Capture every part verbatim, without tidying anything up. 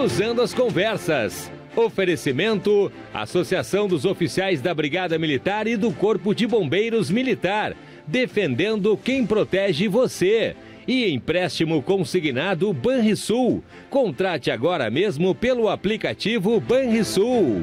Cruzando as Conversas. Oferecimento: Associação dos Oficiais da Brigada Militar e do Corpo de Bombeiros Militar, defendendo quem protege você. E empréstimo consignado Banrisul. Contrate agora mesmo pelo aplicativo Banrisul.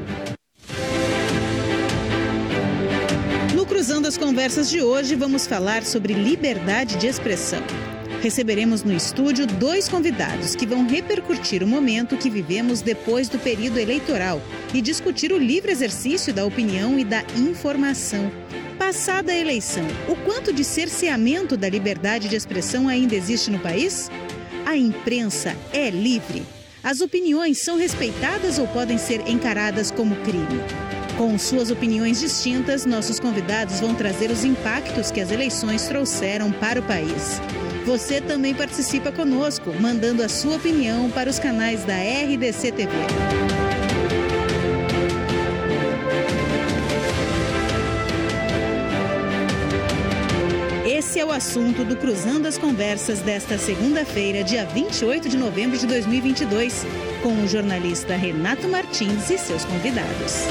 No Cruzando as Conversas de hoje, vamos falar sobre liberdade de expressão. Receberemos no estúdio dois convidados que vão repercutir o momento que vivemos depois do período eleitoral e discutir o livre exercício da opinião e da informação. Passada a eleição, o quanto de cerceamento da liberdade de expressão ainda existe no país? A imprensa é livre? As opiniões são respeitadas ou podem ser encaradas como crime? Com suas opiniões distintas, nossos convidados vão trazer os impactos que as eleições trouxeram para o país. Você também participa conosco, mandando a sua opinião para os canais da R D C T V. Esse é o assunto do Cruzando as Conversas desta segunda-feira, dia vinte e oito de novembro de dois mil e vinte e dois, com o jornalista Renato Martins e seus convidados.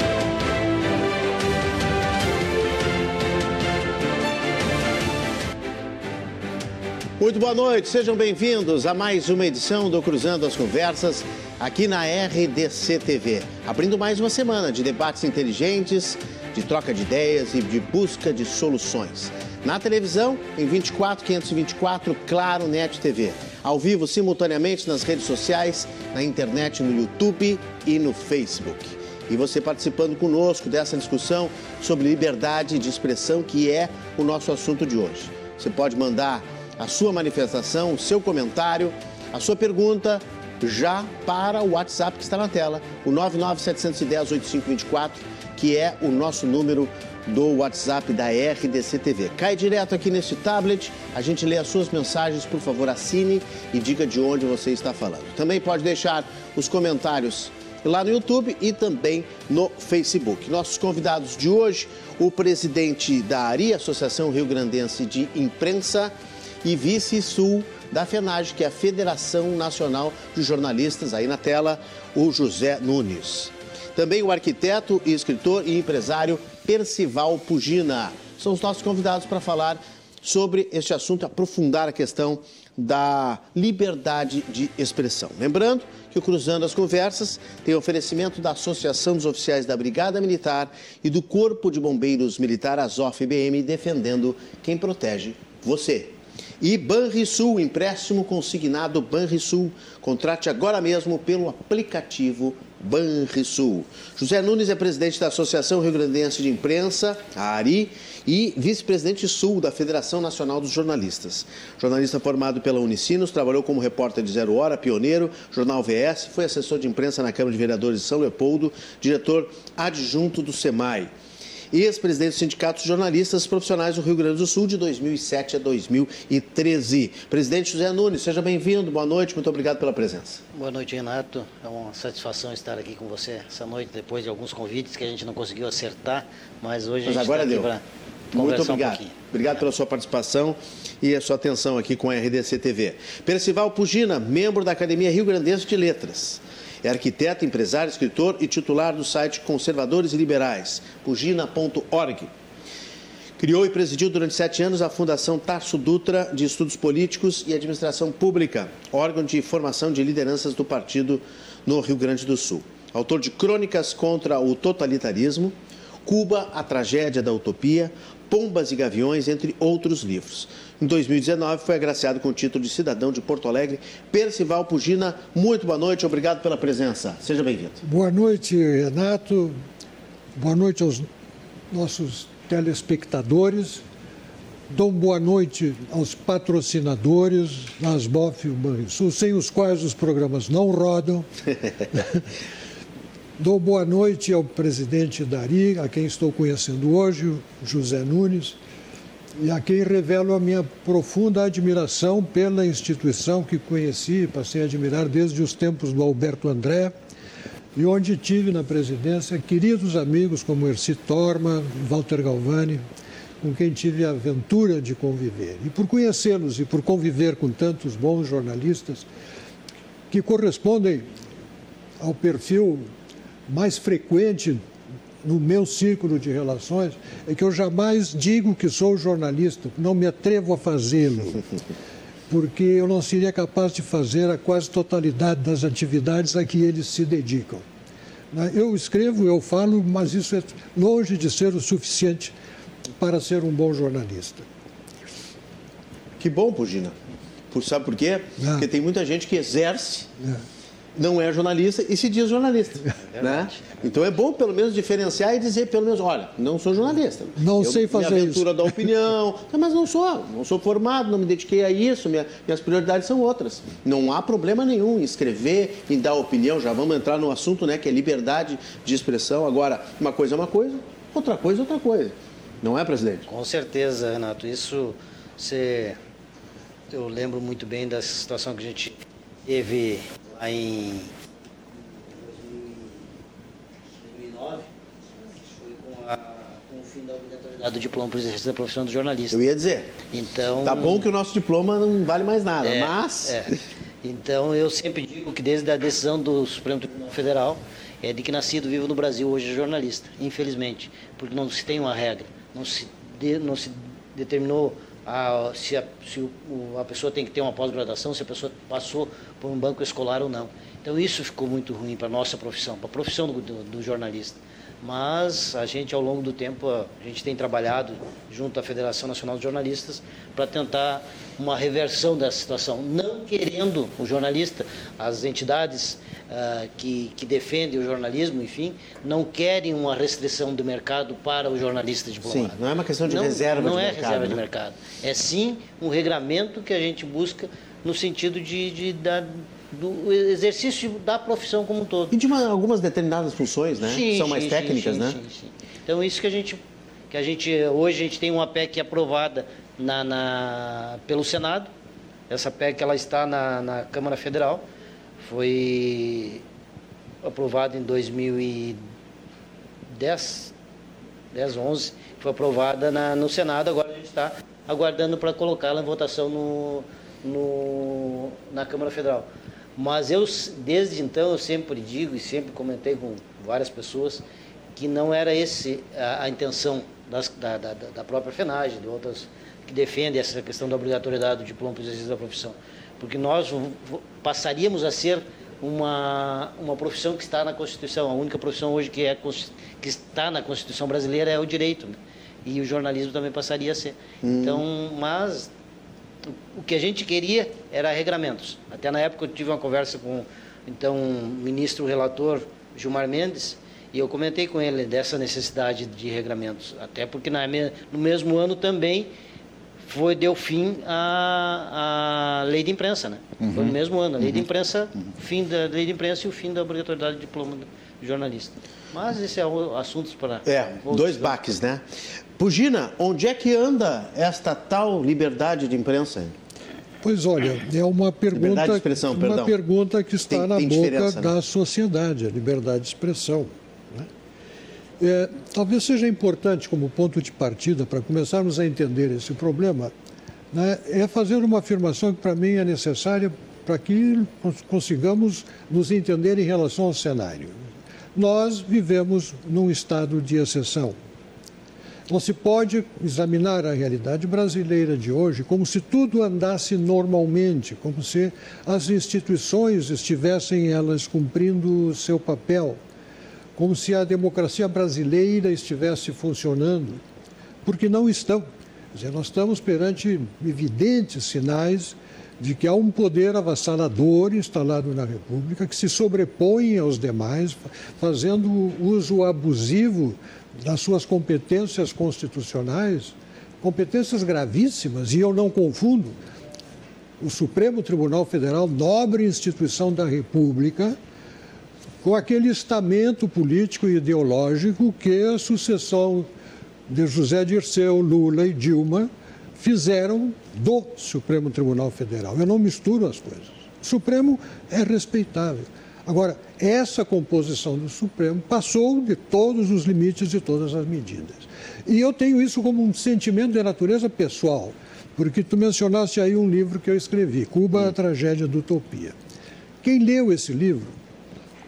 Muito boa noite, sejam bem-vindos a mais uma edição do Cruzando as Conversas aqui na R D C T V. Abrindo mais uma semana de debates inteligentes, de troca de ideias e de busca de soluções. Na televisão, em vinte e quatro, quinhentos e vinte e quatro, Claro Net T V. Ao vivo, simultaneamente nas redes sociais, na internet, no YouTube e no Facebook. E você participando conosco dessa discussão sobre liberdade de expressão, que é o nosso assunto de hoje. Você pode mandar a sua manifestação, o seu comentário, a sua pergunta já para o WhatsApp que está na tela, o nove nove sete um zero, oito cinco dois quatro, que é o nosso número do WhatsApp da R D C T V. Cai direto aqui nesse tablet, a gente lê as suas mensagens, por favor assine e diga de onde você está falando. Também pode deixar os comentários lá no YouTube e também no Facebook. Nossos convidados de hoje, o presidente da ARI, Associação Rio Grandense de Imprensa, e vice-sul da FENAGE, que é a Federação Nacional de Jornalistas, aí na tela, o José Nunes. Também o arquiteto e escritor e empresário Percival Pugina. São os nossos convidados para falar sobre este assunto, aprofundar a questão da liberdade de expressão. Lembrando que o Cruzando as Conversas tem oferecimento da Associação dos Oficiais da Brigada Militar e do Corpo de Bombeiros Militar, ASOF B M, defendendo quem protege você. E Banrisul, empréstimo consignado Banrisul. Contrate agora mesmo pelo aplicativo Banrisul. José Nunes é presidente da Associação Rio Grandense de Imprensa, a ARI, e vice-presidente sul da Federação Nacional dos Jornalistas. Jornalista formado pela Unicinos, trabalhou como repórter de Zero Hora, pioneiro, Jornal V S, foi assessor de imprensa na Câmara de Vereadores de São Leopoldo, diretor adjunto do SEMAI. E ex-presidente do Sindicato dos Jornalistas Profissionais do Rio Grande do Sul de dois mil e sete a dois mil e treze. Presidente José Nunes, seja bem-vindo, boa noite, muito obrigado pela presença. Boa noite, Renato. É uma satisfação estar aqui com você essa noite, depois de alguns convites que a gente não conseguiu acertar, mas hoje mas a gente agora está aqui para conversar muito obrigado. um pouquinho. Obrigado pela sua participação e a sua atenção aqui com a R D C T V. Percival Pugina, membro da Academia Rio Grandense de Letras. É arquiteto, empresário, escritor e titular do site Conservadores e Liberais, pugina ponto org. Criou e presidiu durante sete anos a Fundação Tarso Dutra de Estudos Políticos e Administração Pública, órgão de formação de lideranças do partido no Rio Grande do Sul. Autor de Crônicas contra o Totalitarismo, Cuba, a Tragédia da Utopia, Pombas e Gaviões, entre outros livros. Em dois mil e dezenove, foi agraciado com o título de cidadão de Porto Alegre. Percival Pugina, muito boa noite, obrigado pela presença. Seja bem-vindo. Boa noite, Renato. Boa noite aos nossos telespectadores. Dou boa noite aos patrocinadores, a ASBOF e o Banrisul, sem os quais os programas não rodam. Dou boa noite ao presidente da ARI, a quem estou conhecendo hoje, o José Nunes, e a quem revelo a minha profunda admiração pela instituição que conheci e passei a admirar desde os tempos do Alberto André, e onde tive na presidência queridos amigos como Erci Torma, Walter Galvani, com quem tive a aventura de conviver. E por conhecê-los e por conviver com tantos bons jornalistas que correspondem ao perfil mais frequente no meu círculo de relações, é que eu jamais digo que sou jornalista, não me atrevo a fazê-lo, porque eu não seria capaz de fazer a quase totalidade das atividades a que eles se dedicam. Eu escrevo, eu falo, mas isso é longe de ser o suficiente para ser um bom jornalista. Que bom, Pugina. Sabe por quê? É. Porque tem muita gente que exerce, é. não é jornalista e se diz jornalista. É né? Então é bom pelo menos diferenciar e dizer pelo menos, olha, não sou jornalista. Não eu, sei fazer isso. Minha aventura da opinião, mas não sou, não sou formado, não me dediquei a isso, minha, minhas prioridades são outras. Não há problema nenhum em escrever, em dar opinião, já vamos entrar no assunto, né, que é liberdade de expressão. Agora, uma coisa é uma coisa, outra coisa é outra coisa. Não é, presidente? Com certeza, Renato. Isso, você... eu lembro muito bem dessa situação que a gente teve lá em dois mil e nove, foi com, a, com o fim da obrigatoriedade do diploma para o exercício da profissão do jornalista. Eu ia dizer, então, tá bom que o nosso diploma não vale mais nada, é, mas... É. Então, eu sempre digo que desde a decisão do Supremo Tribunal Federal, é de que nascido vivo no Brasil hoje é jornalista, infelizmente, porque não se tem uma regra, não se, de, não se determinou a, se, a, se o, a pessoa tem que ter uma pós-graduação, se a pessoa passou por um banco escolar ou não. Então isso ficou muito ruim para a nossa profissão, para a profissão do, do, do jornalista. Mas a gente, ao longo do tempo, a gente tem trabalhado junto à Federação Nacional de Jornalistas para tentar uma reversão dessa situação, não querendo o jornalista, as entidades uh, que, que defendem o jornalismo, enfim, não querem uma restrição do mercado para o jornalista diplomado. Sim, não é uma questão de não, reserva não de é mercado. Não é reserva né? de mercado. É sim um regramento que a gente busca no sentido de, de dar... do exercício da profissão como um todo. E de uma, algumas determinadas funções, né? Sim, São mais sim, técnicas, sim, né? Sim, sim. Então, isso que a gente... Que a gente hoje a gente tem uma P E C aprovada na, na, pelo Senado. Essa P E C ela está na, na Câmara Federal. Foi aprovada em dois mil e dez, dez, onze. Foi aprovada na, no Senado. Agora a gente está aguardando para colocá-la em votação no, no, na Câmara Federal. Mas eu, desde então, eu sempre digo e sempre comentei com várias pessoas que não era esse a, a intenção das, da, da, da própria FENAGE, de outras que defendem essa questão da obrigatoriedade do diploma para o exercício da profissão. Porque nós passaríamos a ser uma, uma profissão que está na Constituição. A única profissão hoje que, é, que está na Constituição brasileira é o direito, né? E o jornalismo também passaria a ser. Hum. Então, mas... o que a gente queria era regramentos. Até na época eu tive uma conversa com então, o ministro relator Gilmar Mendes e eu comentei com ele dessa necessidade de regramentos. Até porque na, no mesmo ano também foi, deu fim à, à lei de imprensa. Né? Uhum. Foi no mesmo ano, a lei uhum. de imprensa, uhum. fim da lei de imprensa e o fim da obrigatoriedade de diploma de jornalista. Mas esse é o assunto para... É, dois baques, né? Pugina, onde é que anda esta tal liberdade de imprensa? Pois olha, é uma pergunta, de expressão, uma perdão. pergunta que está tem, na tem boca da né? sociedade, a liberdade de expressão. Né? É, talvez seja importante, como ponto de partida, para começarmos a entender esse problema, né, é fazer uma afirmação que para mim é necessária para que consigamos nos entender em relação ao cenário. Nós vivemos num estado de exceção. Não se pode examinar a realidade brasileira de hoje como se tudo andasse normalmente, como se as instituições estivessem elas cumprindo o seu papel, como se a democracia brasileira estivesse funcionando, porque não estão. Quer dizer, nós estamos perante evidentes sinais de que há um poder avassalador instalado na República que se sobrepõe aos demais, fazendo uso abusivo das suas competências constitucionais, competências gravíssimas, e eu não confundo o Supremo Tribunal Federal, nobre instituição da República, com aquele estamento político e ideológico que a sucessão de José Dirceu, Lula e Dilma fizeram do Supremo Tribunal Federal. Eu não misturo as coisas. O Supremo é respeitável. Agora, essa composição do Supremo passou de todos os limites de todas as medidas. E eu tenho isso como um sentimento de natureza pessoal, porque tu mencionaste aí um livro que eu escrevi, Cuba, a Tragédia da Utopia. Quem leu esse livro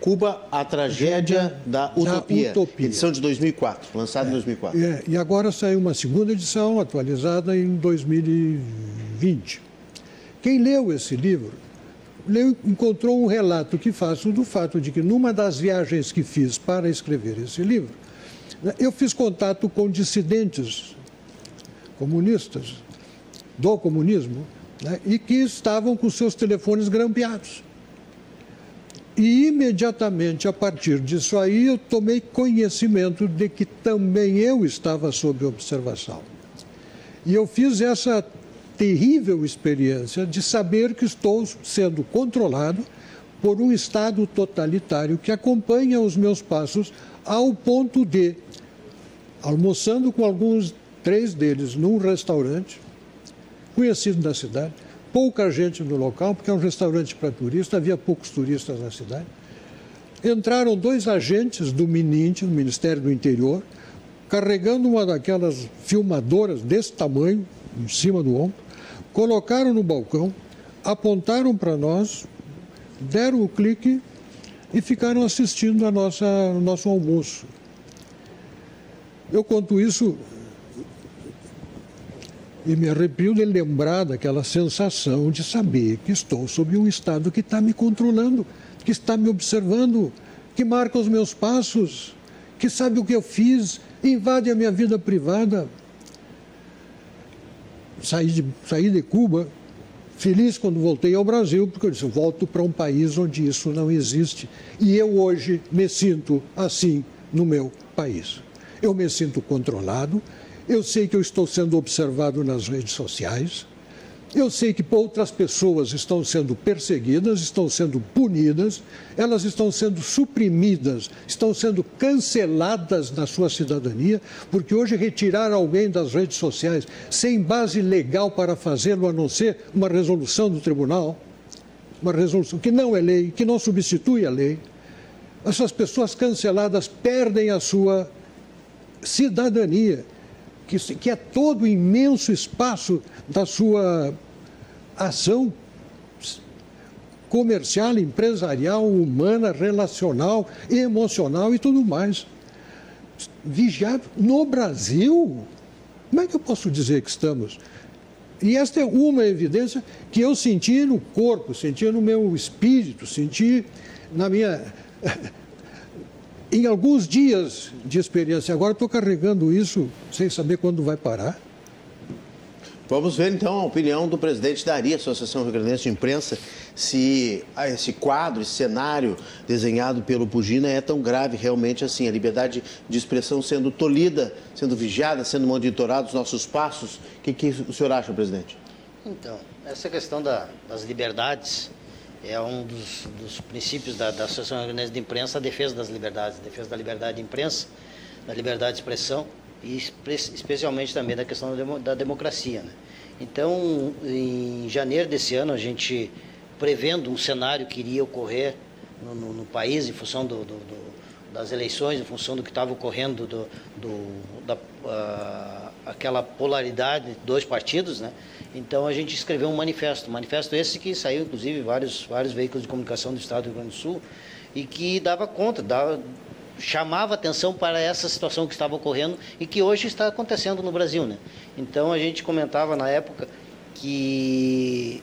Cuba, a tragédia da Utopia, da Utopia. Edição de dois mil e quatro, lançada é, em dois mil e quatro. É, e agora saiu uma segunda edição, atualizada em dois mil e vinte. Quem leu esse livro, leu, encontrou um relato que faço do fato de que, numa das viagens que fiz para escrever esse livro, eu fiz contato com dissidentes comunistas do comunismo, né, e que estavam com seus telefones grampeados. E, imediatamente, a partir disso aí, eu tomei conhecimento de que também eu estava sob observação. E eu fiz essa terrível experiência de saber que estou sendo controlado por um Estado totalitário que acompanha os meus passos ao ponto de, almoçando com alguns, três deles, num restaurante conhecido da cidade, pouca gente no local, porque é um restaurante para turista, havia poucos turistas na cidade. Entraram dois agentes do MININT, do Ministério do Interior, carregando uma daquelas filmadoras desse tamanho, em cima do ombro, colocaram no balcão, apontaram para nós, deram o clique e ficaram assistindo a nossa, ao nosso almoço. Eu conto isso e me arrepio de lembrar daquela sensação de saber que estou sob um Estado que está me controlando, que está me observando, que marca os meus passos, que sabe o que eu fiz, invade a minha vida privada. Saí de, saí de Cuba, feliz quando voltei ao Brasil, porque eu disse, volto para um país onde isso não existe. E eu hoje me sinto assim no meu país. Eu me sinto controlado. Eu sei que eu estou sendo observado nas redes sociais, eu sei que outras pessoas estão sendo perseguidas, estão sendo punidas, elas estão sendo suprimidas, estão sendo canceladas na sua cidadania, porque hoje retirar alguém das redes sociais sem base legal para fazê-lo, a não ser uma resolução do tribunal, uma resolução que não é lei, que não substitui a lei, essas pessoas canceladas perdem a sua cidadania, Que, que é todo o imenso espaço da sua ação comercial, empresarial, humana, relacional, emocional e tudo mais. Vigiado no Brasil? Como é que eu posso dizer que estamos? E esta é uma evidência que eu senti no corpo, senti no meu espírito, senti na minha... Em alguns dias de experiência, agora estou carregando isso sem saber quando vai parar. Vamos ver então a opinião do presidente da ARI, Associação Rio Grandense de Imprensa, se esse quadro, esse cenário desenhado pelo Pugina é tão grave realmente assim, a liberdade de expressão sendo tolhida, sendo vigiada, sendo monitorada os nossos passos. O que, que o senhor acha, presidente? Então, essa questão da, das liberdades é um dos, dos princípios da, da Associação Rio Grandense de Imprensa, a defesa das liberdades, a defesa da liberdade de imprensa, da liberdade de expressão e especialmente também da questão da democracia, né? Então, em janeiro desse ano, a gente, prevendo um cenário que iria ocorrer no, no, no país, em função do, do, do, das eleições, em função do que estava ocorrendo, do, do, da, uh, aquela polaridade de dois partidos, né? Então, a gente escreveu um manifesto, um manifesto esse que saiu, inclusive, em vários, vários veículos de comunicação do Estado do Rio Grande do Sul, e que dava conta, dava, chamava atenção para essa situação que estava ocorrendo e que hoje está acontecendo no Brasil, né? Então, a gente comentava na época que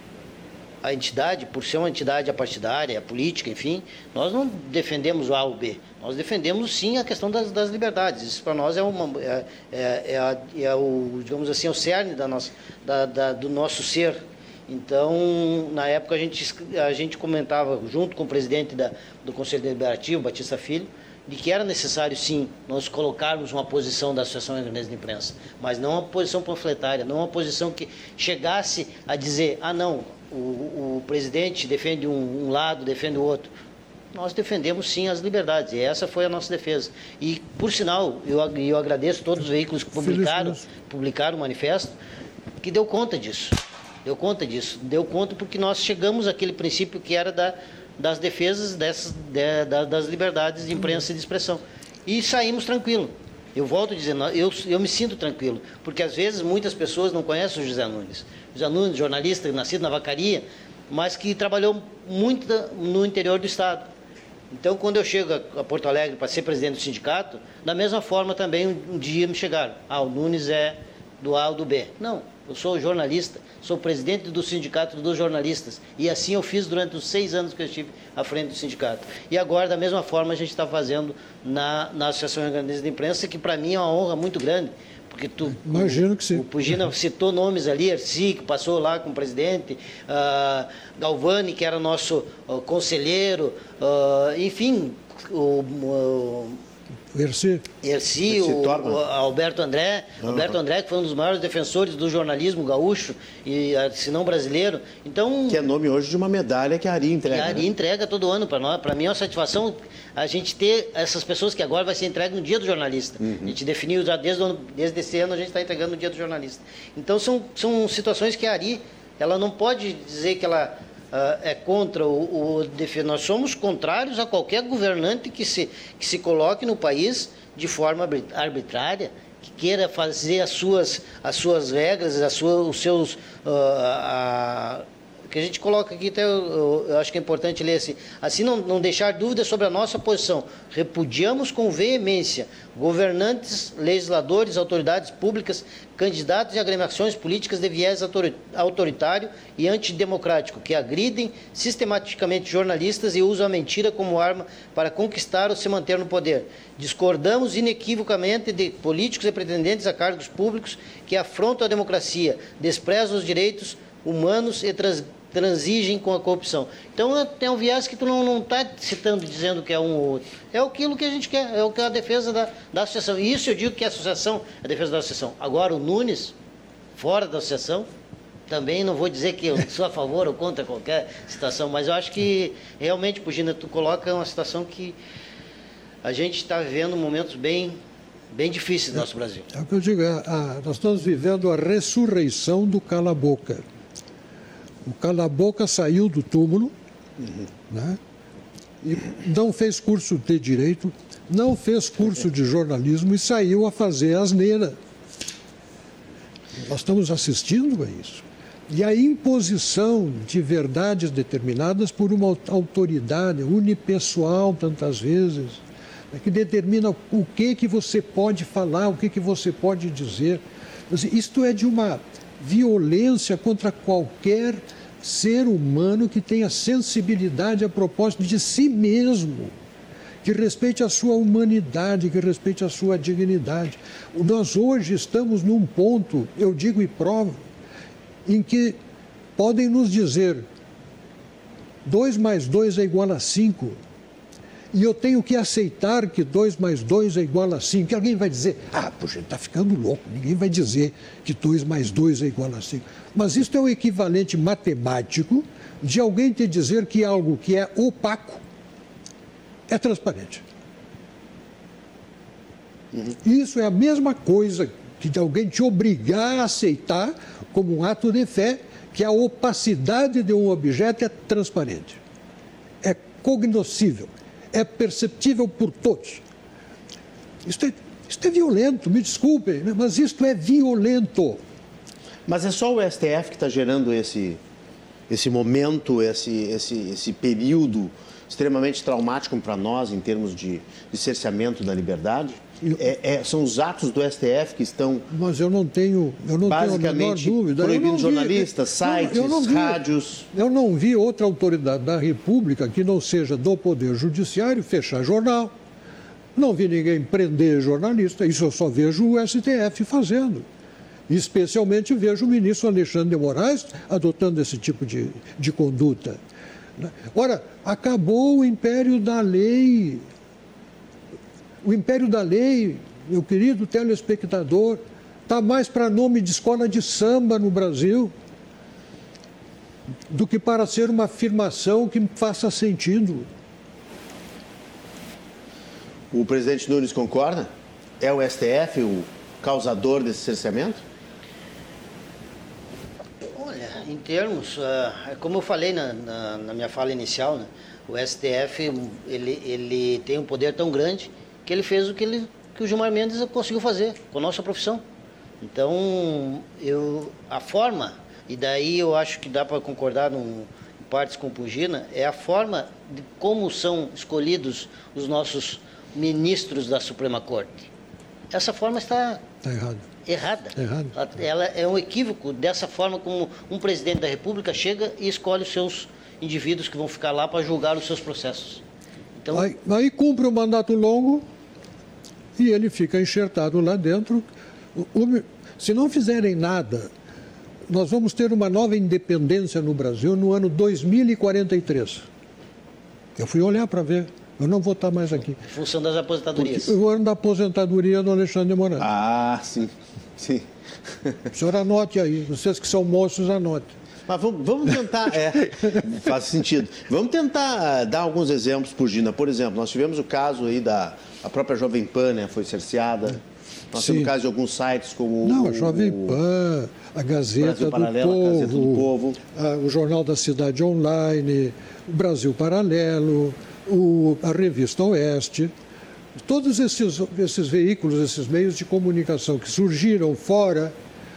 a entidade, por ser uma entidade apartidária, política, enfim, nós não defendemos o A ou B, nós defendemos sim a questão das, das liberdades. Isso para nós é, uma, é, é, é, a, é o, digamos assim, o cerne da nossa, da, da, do nosso ser. Então, na época a gente, a gente comentava, junto com o presidente da, do Conselho Deliberativo, Batista Filho, de que era necessário, sim, nós colocarmos uma posição da Associação Rio Grandense de Imprensa, mas não uma posição panfletária, não uma posição que chegasse a dizer, ah, não, o, o presidente defende um, um lado, defende o outro. Nós defendemos, sim, as liberdades, e essa foi a nossa defesa. E, por sinal, eu, eu agradeço todos os veículos que publicaram, publicaram o manifesto, que deu conta disso. Deu conta disso. Deu conta porque nós chegamos àquele princípio que era da, das defesas dessas, de, da, das liberdades de imprensa e de expressão. E saímos tranquilo. Eu volto a dizer, eu, eu me sinto tranquilo, porque às vezes muitas pessoas não conhecem o José Nunes. José Nunes, jornalista, nascido na Vacaria, mas que trabalhou muito no interior do Estado. Então, quando eu chego a Porto Alegre para ser presidente do sindicato, da mesma forma também um, um dia me chegaram. Ah, o Nunes é do A ou do B. Não, eu sou jornalista, sou presidente do sindicato dos jornalistas. E assim eu fiz durante os seis anos que eu estive à frente do sindicato. E agora, da mesma forma, a gente está fazendo na, na Associação Jornalista de Imprensa, que para mim é uma honra muito grande. Porque tu, Imagino que sim. O Pugina citou nomes ali, Erci, que passou lá como presidente, uh, Galvani, que era nosso uh, conselheiro, uh, enfim, o... Uh, Erci. Erci, o, o Alberto André, uhum. Alberto André, que foi um dos maiores defensores do jornalismo gaúcho, e se não brasileiro. Então, que é nome hoje de uma medalha que a Ari entrega. Que a Ari né? entrega todo ano para nós. Para mim é uma satisfação a gente ter essas pessoas que agora vai ser entregue no dia do jornalista. Uhum. A gente definiu já desde, o ano, desde esse ano, a gente está entregando no dia do jornalista. Então são, são situações que a Ari, ela não pode dizer que ela... Uh, é contra o, o nós somos contrários a qualquer governante que se, que se coloque no país de forma arbitrária, que queira fazer as suas, as suas regras, as suas, os seus... Uh, a, que a gente coloca aqui, até eu, eu acho que é importante ler assim, assim não, não deixar dúvidas sobre a nossa posição. Repudiamos com veemência governantes, legisladores, autoridades públicas, candidatos e agremiações políticas de viés autoritário e antidemocrático, que agridem sistematicamente jornalistas e usam a mentira como arma para conquistar ou se manter no poder. Discordamos inequivocamente de políticos e pretendentes a cargos públicos que afrontam a democracia, desprezam os direitos humanos e trans, transigem com a corrupção. Então tem um viés que tu não está citando, dizendo que é um ou outro. É aquilo que a gente quer, é o que é a defesa da, da associação. E isso eu digo que a associação é a defesa da associação. Agora o Nunes, fora da associação, também não vou dizer que eu sou a favor ou contra qualquer situação, mas eu acho que realmente, Pugina, tu coloca uma situação que a gente está vivendo momentos bem... bem difícil no nosso Brasil. É o que eu digo, é, a, nós estamos vivendo a ressurreição do cala-boca. O cala-boca saiu do túmulo, uhum. né, e não fez curso de direito, não fez curso de jornalismo e saiu a fazer asneira. Nós estamos assistindo a isso. E a imposição de verdades determinadas por uma autoridade unipessoal, tantas vezes, que determina o que, que você pode falar, o que, que você pode dizer. Isto é de uma violência contra qualquer ser humano que tenha sensibilidade a propósito de si mesmo, que respeite a sua humanidade, que respeite a sua dignidade. Nós hoje estamos num ponto, eu digo e provo, em que podem nos dizer dois mais dois é igual a cinco. E eu tenho que aceitar que dois mais dois é igual a cinco. Que alguém vai dizer, ah, poxa, ele está ficando louco. Ninguém vai dizer que dois mais dois é igual a cinco. Mas isso é o equivalente matemático de alguém te dizer que algo que é opaco é transparente. Uhum. Isso é a mesma coisa que de alguém te obrigar a aceitar como um ato de fé que a opacidade de um objeto é transparente. É cognoscível. É perceptível por todos. Isto é, isto é violento, me desculpem, né? Mas isto é violento. Mas é só o S T F que está gerando esse, esse momento, esse, esse, esse período extremamente traumático para nós em termos de, de cerceamento da liberdade? Eu, é, é, são os atos do S T F que estão... Mas eu não tenho, eu não basicamente tenho a menor dúvida. Proibindo vi, jornalistas, sites, eu não vi, rádios... Eu não vi outra autoridade da República que não seja do Poder Judiciário fechar jornal. Não vi ninguém prender jornalista. Isso eu só vejo o S T F fazendo. Especialmente vejo o ministro Alexandre de Moraes adotando esse tipo de, de conduta. Ora, acabou o império da lei... O império da lei, meu querido telespectador, está mais para nome de escola de samba no Brasil do que para ser uma afirmação que faça sentido. O presidente Nunes concorda? É o S T F o causador desse cerceamento? Olha, em termos, uh, como eu falei na, na, na minha fala inicial, né, o S T F ele, ele tem um poder tão grande que ele fez o que, ele, que o Gilmar Mendes conseguiu fazer com a nossa profissão. Então, eu, a forma, e daí eu acho que dá para concordar num partes com Pugina, é a forma de como são escolhidos os nossos ministros da Suprema Corte. Essa forma está tá errada. Errada. Errado. Ela é um equívoco dessa forma como um presidente da República chega e escolhe os seus indivíduos que vão ficar lá para julgar os seus processos. Então, aí, aí cumpre o mandato longo e ele fica enxertado lá dentro. O, o, se não fizerem nada, nós vamos ter uma nova independência no Brasil no ano dois mil e quarenta e três. Eu fui olhar para ver. Eu não vou estar mais aqui. Em função das aposentadorias. Porque o ano da aposentadoria do Alexandre de Moraes. Ah, sim. Sim. O senhor anote aí. Vocês que são moços, anote. Mas vamos, vamos tentar, é, faz sentido. Vamos tentar dar alguns exemplos, Pugina. Por exemplo, nós tivemos o caso aí da a própria Jovem Pan, né, foi cerceada. Nós Sim. temos o caso de alguns sites como... Não, o, a Jovem o, Pan, a Gazeta, do, Paralelo, Povo, a Gazeta do Povo, a, o Jornal da Cidade Online, o Brasil Paralelo, o, a Revista Oeste. Todos esses, esses veículos, esses meios de comunicação que surgiram fora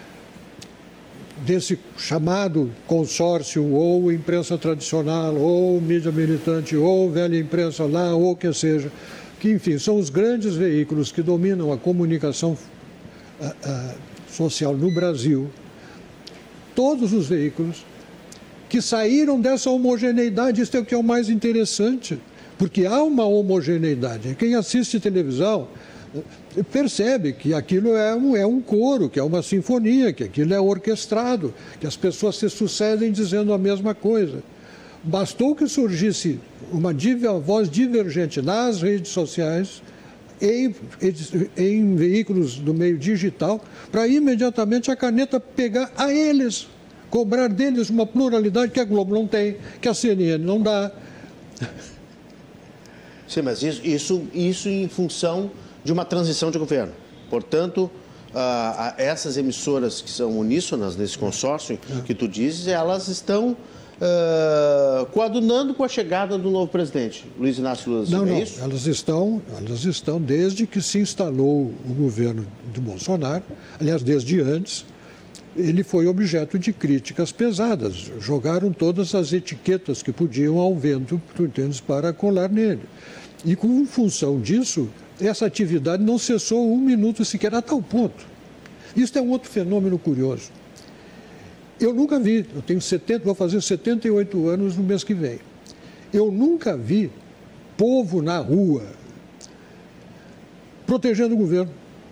desse chamado consórcio, ou imprensa tradicional, ou mídia militante, ou velha imprensa lá, ou o que seja, que, enfim, são os grandes veículos que dominam a comunicação a, a, social no Brasil, todos os veículos que saíram dessa homogeneidade, isso é o que é o mais interessante, porque há uma homogeneidade. Quem assiste televisão percebe que aquilo é um, é um coro, que é uma sinfonia, que aquilo é orquestrado, que as pessoas se sucedem dizendo a mesma coisa. Bastou que surgisse uma voz divergente nas redes sociais, em, em veículos do meio digital, para imediatamente a caneta pegar a eles, cobrar deles uma pluralidade que a Globo não tem, que a C N N não dá. Sim, mas isso, isso, isso em função de uma transição de governo. Portanto, uh, essas emissoras que são uníssonas nesse consórcio que tu dizes, elas estão uh, coadunando com a chegada do novo presidente, Luiz Inácio Lula da Silva. Não, não, é isso? elas estão, elas estão desde que se instalou o governo de Bolsonaro, aliás, desde antes, ele foi objeto de críticas pesadas. Jogaram todas as etiquetas que podiam ao vento, tu entendes, para colar nele. E com função disso, essa atividade não cessou um minuto sequer, a tal ponto. Isso é um outro fenômeno curioso. Eu nunca vi, eu tenho setenta, vou fazer setenta e oito anos no mês que vem. Eu nunca vi povo na rua protegendo o governo.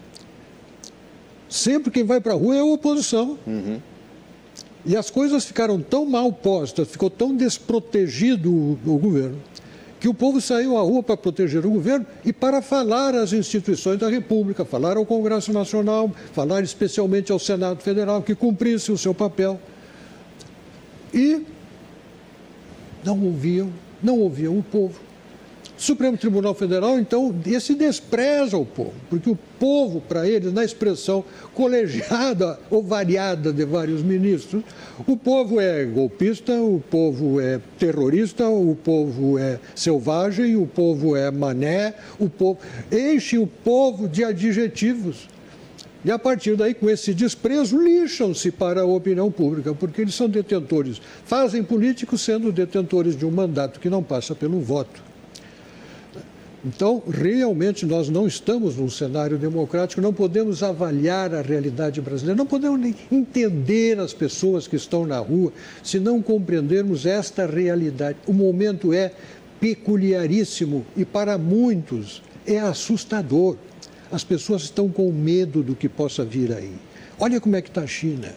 Sempre quem vai para a rua é a oposição. Uhum. E as coisas ficaram tão mal postas, ficou tão desprotegido o, o governo, que o povo saiu à rua para proteger o governo e para falar às instituições da República, falar ao Congresso Nacional, falar especialmente ao Senado Federal, que cumprisse o seu papel. E não ouviam, não ouviam o povo. O Supremo Tribunal Federal, então, esse despreza o povo, porque o povo, para eles, na expressão colegiada ou variada de vários ministros, o povo é golpista, o povo é terrorista, o povo é selvagem, o povo é mané, o povo... enche o povo de adjetivos. E a partir daí, com esse desprezo, lixam-se para a opinião pública, porque eles são detentores, fazem políticos sendo detentores de um mandato que não passa pelo voto. Então, realmente, nós não estamos num cenário democrático, não podemos avaliar a realidade brasileira, não podemos nem entender as pessoas que estão na rua se não compreendermos esta realidade. O momento é peculiaríssimo e, para muitos, é assustador. As pessoas estão com medo do que possa vir aí. Olha como é que está a China.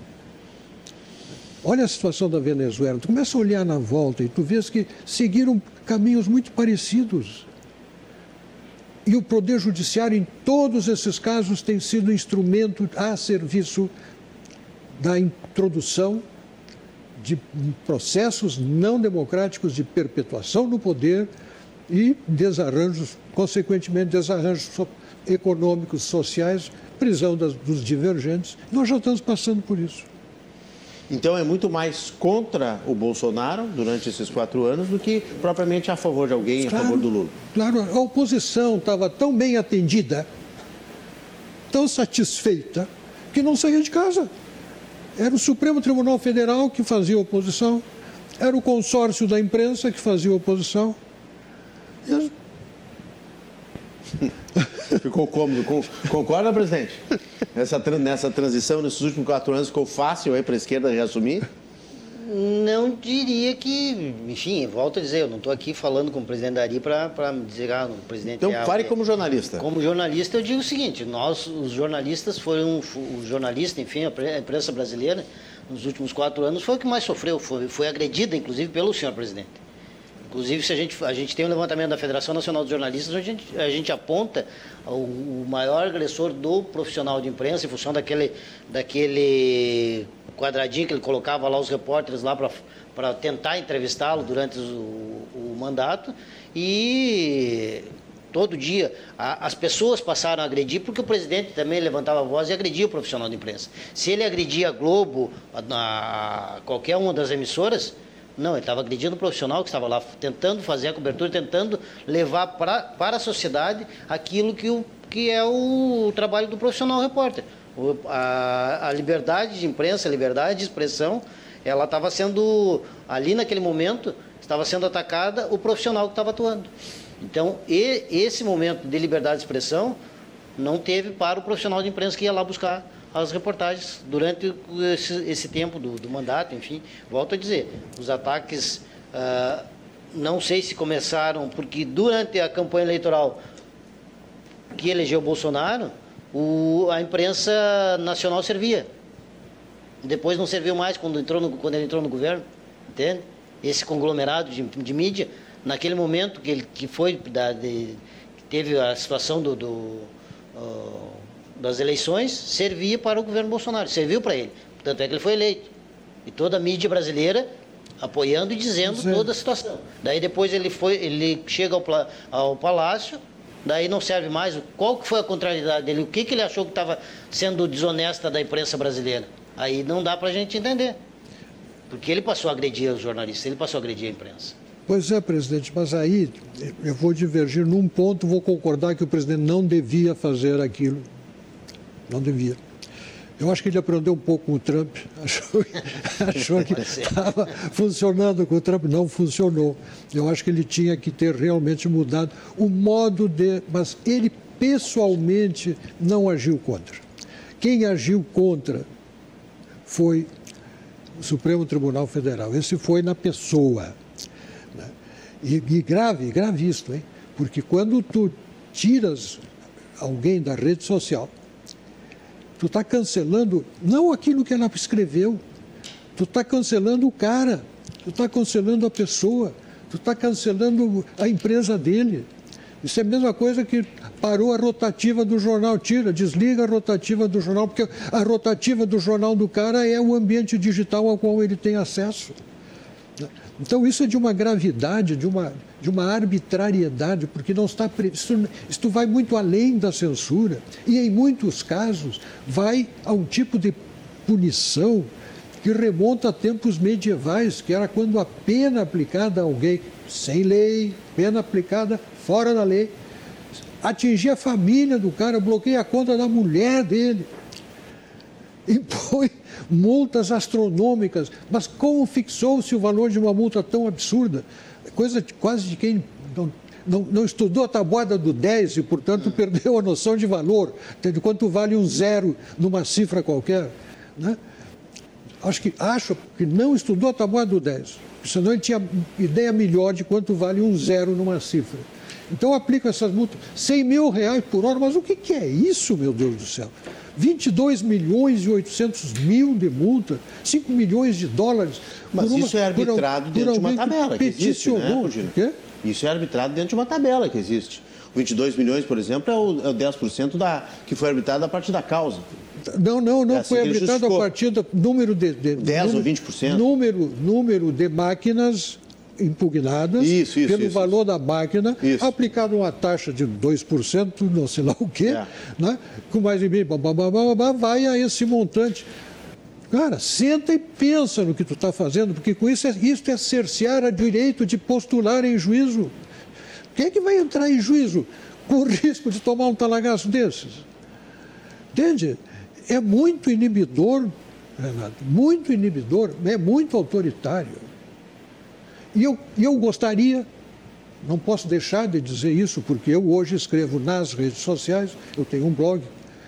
Olha a situação da Venezuela. Tu começa a olhar na volta e tu vês que seguiram caminhos muito parecidos. E o Poder Judiciário, em todos esses casos, tem sido instrumento a serviço da introdução de processos não democráticos de perpetuação no poder e desarranjos, consequentemente, desarranjos econômicos, sociais, prisão das, dos divergentes. Nós já estamos passando por isso. Então é muito mais contra o Bolsonaro durante esses quatro anos do que propriamente a favor de alguém, claro, a favor do Lula. Claro, a oposição estava tão bem atendida, tão satisfeita, que não saía de casa. Era o Supremo Tribunal Federal que fazia oposição, Era o consórcio da imprensa que fazia oposição. E... Ficou cômodo. Concorda, presidente? Nessa, nessa transição, nesses últimos quatro anos, ficou fácil aí para a esquerda reassumir? Não diria que... Enfim, volto a dizer, eu não estou aqui falando com o presidente da Ari para dizer, ah, o presidente... Então, é, fale é, como jornalista. Como jornalista, eu digo o seguinte, nós, os jornalistas, foram... O jornalista, enfim, a imprensa brasileira, nos últimos quatro anos, foi o que mais sofreu, foi, foi agredida, inclusive, pelo senhor presidente. Inclusive, se a, gente, a gente tem um levantamento da Federação Nacional dos Jornalistas, onde a gente, a gente aponta o, o maior agressor do profissional de imprensa, em função daquele, daquele quadradinho que ele colocava lá os repórteres lá para tentar entrevistá-lo durante o, o mandato. E todo dia a, as pessoas passaram a agredir, porque o presidente também levantava a voz e agredia o profissional de imprensa. Se ele agredia a Globo, a, a qualquer uma das emissoras... Não, ele estava agredindo o profissional que estava lá tentando fazer a cobertura, tentando levar pra, para a sociedade aquilo que, o, que é o trabalho do profissional repórter. O, a, a liberdade de imprensa, a liberdade de expressão, ela estava sendo, ali naquele momento, estava sendo atacada o profissional que estava atuando. Então, e, esse momento de liberdade de expressão não teve para o profissional de imprensa que ia lá buscar as reportagens durante esse, esse tempo do, do mandato, enfim. Volto a dizer, os ataques, uh, não sei se começaram, porque durante a campanha eleitoral que elegeu o Bolsonaro, o, a imprensa nacional servia. Depois não serviu mais quando, entrou no, quando ele entrou no governo, entende? Esse conglomerado de, de mídia, naquele momento que, ele, que foi, da, de, que teve a situação do... do uh, das eleições, servia para o governo Bolsonaro, serviu para ele. Tanto é que ele foi eleito. E toda a mídia brasileira apoiando e dizendo Sim. toda a situação. Daí depois ele, foi, ele chega ao, ao palácio, daí não serve mais. Qual que foi a contrariedade dele? O que, que ele achou que estava sendo desonesta da imprensa brasileira? Aí não dá para a gente entender. Porque ele passou a agredir os jornalistas, ele passou a agredir a imprensa. Pois é, presidente, mas aí eu vou divergir num ponto, vou concordar que o presidente não devia fazer aquilo. Não devia. Eu acho que ele aprendeu um pouco com o Trump, achou, achou que estava funcionando com o Trump, não funcionou. Eu acho que ele tinha que ter realmente mudado o modo de... Mas ele pessoalmente não agiu contra. Quem agiu contra foi o Supremo Tribunal Federal. Esse foi na pessoa. Né? E, e grave, grave isso, hein? Porque quando tu tiras alguém da rede social, tu está cancelando, não aquilo que ela escreveu, tu está cancelando o cara, tu está cancelando a pessoa, tu está cancelando a empresa dele. Isso é a mesma coisa que parou a rotativa do jornal, tira, desliga a rotativa do jornal, porque a rotativa do jornal do cara é o ambiente digital ao qual ele tem acesso. Então isso é de uma gravidade, de uma, de uma arbitrariedade, porque não está previsto, isto vai muito além da censura e em muitos casos vai a um tipo de punição que remonta a tempos medievais, que era quando a pena aplicada a alguém sem lei, pena aplicada fora da lei, atingia a família do cara, bloqueia a conta da mulher dele, impõe multas astronômicas. Mas como fixou-se o valor de uma multa tão absurda? Coisa de, quase de quem não, não, não estudou a tabuada do dez e, portanto, perdeu a noção de valor, de quanto vale um zero numa cifra qualquer. Né? Acho que, acho que não estudou a tabuada do dez, senão ele tinha ideia melhor de quanto vale um zero numa cifra. Então, aplica essas multas, cem mil reais por hora, mas o que, que é isso, meu Deus do céu? vinte e dois milhões e oitocentos mil de multa, cinco milhões de dólares. Mas uma, isso é arbitrado dentro de uma tabela que existe, né, Cugino? Isso é arbitrado dentro de uma tabela que existe. vinte e dois milhões, por exemplo, é o, é o dez por cento da, que foi arbitrado a partir da causa. Não, não, não é assim foi arbitrado a partir do número de... de dez número, ou vinte por cento? Número, número de máquinas impugnadas isso, isso, pelo isso, valor isso. da máquina, isso. aplicado uma taxa de dois por cento, não sei lá o quê, é. né? Com mais de mil, vai a esse montante. Cara, senta e pensa no que tu está fazendo, porque com isso é, isso é cercear o direito de postular em juízo. Quem é que vai entrar em juízo com o risco de tomar um talagaço desses? Entende? É muito inibidor, Renato, muito inibidor, é muito autoritário. E eu, eu gostaria, não posso deixar de dizer isso, porque eu hoje escrevo nas redes sociais, eu tenho um blog.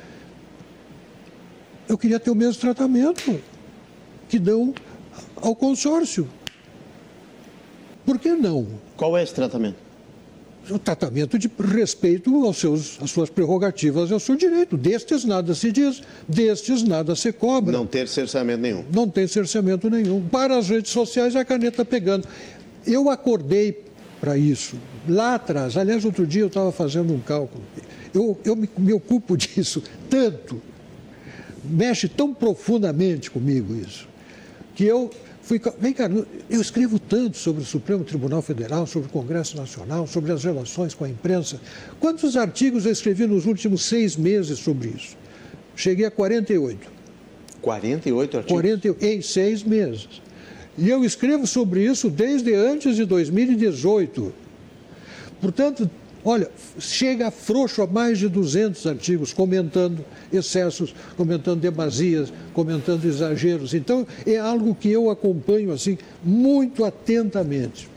Eu queria ter o mesmo tratamento que dão ao consórcio. Por que não? Qual é esse tratamento? O tratamento de respeito aos seus, às suas prerrogativas e ao seu direito. Destes nada se diz, destes nada se cobra. Não ter cerceamento nenhum. Não tem cerceamento nenhum. Para as redes sociais, a caneta pegando. Eu acordei para isso lá atrás. Aliás, outro dia eu estava fazendo um cálculo. Eu, eu me, me ocupo disso tanto, mexe tão profundamente comigo isso, que eu fui... Vem cá, eu escrevo tanto sobre o Supremo Tribunal Federal, sobre o Congresso Nacional, sobre as relações com a imprensa. Quantos artigos eu escrevi nos últimos seis meses sobre isso? Cheguei a quarenta e oito. quarenta e oito artigos? quarenta em seis meses. E eu escrevo sobre isso desde antes de dois mil e dezoito. Portanto, olha, chega frouxo a mais de duzentos artigos comentando excessos, comentando demasias, comentando exageros. Então, é algo que eu acompanho assim muito atentamente.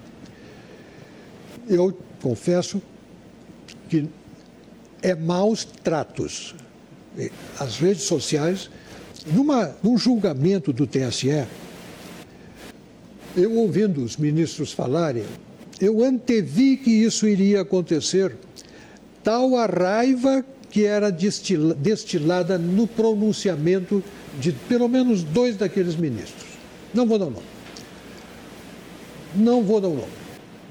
Eu confesso que é maus tratos. As redes sociais, numa, num julgamento do T S E, eu ouvindo os ministros falarem, eu antevi que isso iria acontecer, tal a raiva que era destila, destilada no pronunciamento de pelo menos dois daqueles ministros. Não vou dar o nome. Não vou dar o nome.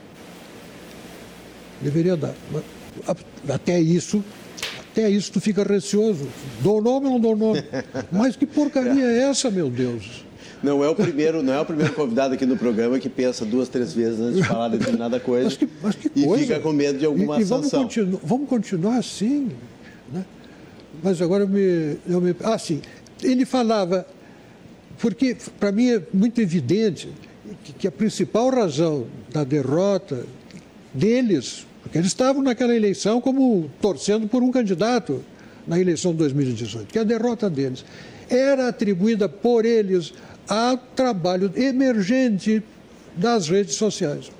Deveria dar. Mas até isso, até isso tu fica receoso. Dou o nome ou não dou o nome? Mas que porcaria é essa, meu Deus? Não é o primeiro, não é o primeiro convidado aqui no programa que pensa duas, três vezes antes de falar determinada coisa. Mas que, mas que e coisa. fica com medo de alguma e, e vamos sanção. Continu, vamos continuar assim, né? Mas agora eu me, eu me... Ah, sim. Ele falava... Porque, para mim, é muito evidente que, que a principal razão da derrota deles... Porque eles estavam naquela eleição como torcendo por um candidato na eleição de dois mil e dezoito. Que a derrota deles era atribuída por eles ao trabalho emergente das redes sociais.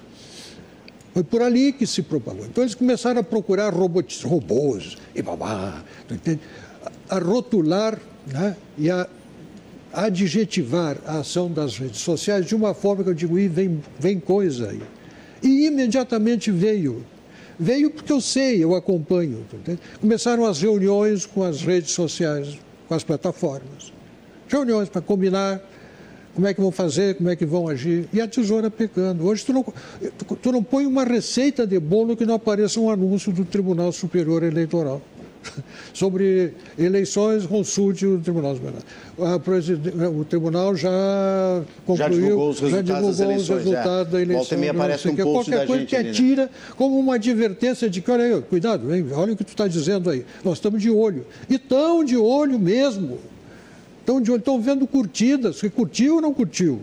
Foi por ali que se propagou. Então eles começaram a procurar robots, robôs e babá, a rotular, né, e a adjetivar a ação das redes sociais de uma forma que eu digo, e vem, vem coisa aí. E imediatamente veio. Veio porque eu sei, eu acompanho. Começaram as reuniões com as redes sociais, com as plataformas. Reuniões para combinar como é que vão fazer, como é que vão agir. E a tesoura pecando. Hoje tu não, tu, tu não põe uma receita de bolo que não apareça um anúncio do Tribunal Superior Eleitoral. Sobre eleições, consulte o Tribunal Superior. O Tribunal já concluiu, já divulgou os resultados, já divulgou das eleições, os resultados é. da eleição. Volta e meia aparece um post qualquer da coisa gente que ali, né? atira como uma advertência de que, olha aí, cuidado, hein, olha o que tu está dizendo aí. Nós estamos de olho. E estão de olho mesmo. Estão de olho, estão vendo curtidas, que curtiu ou não curtiu.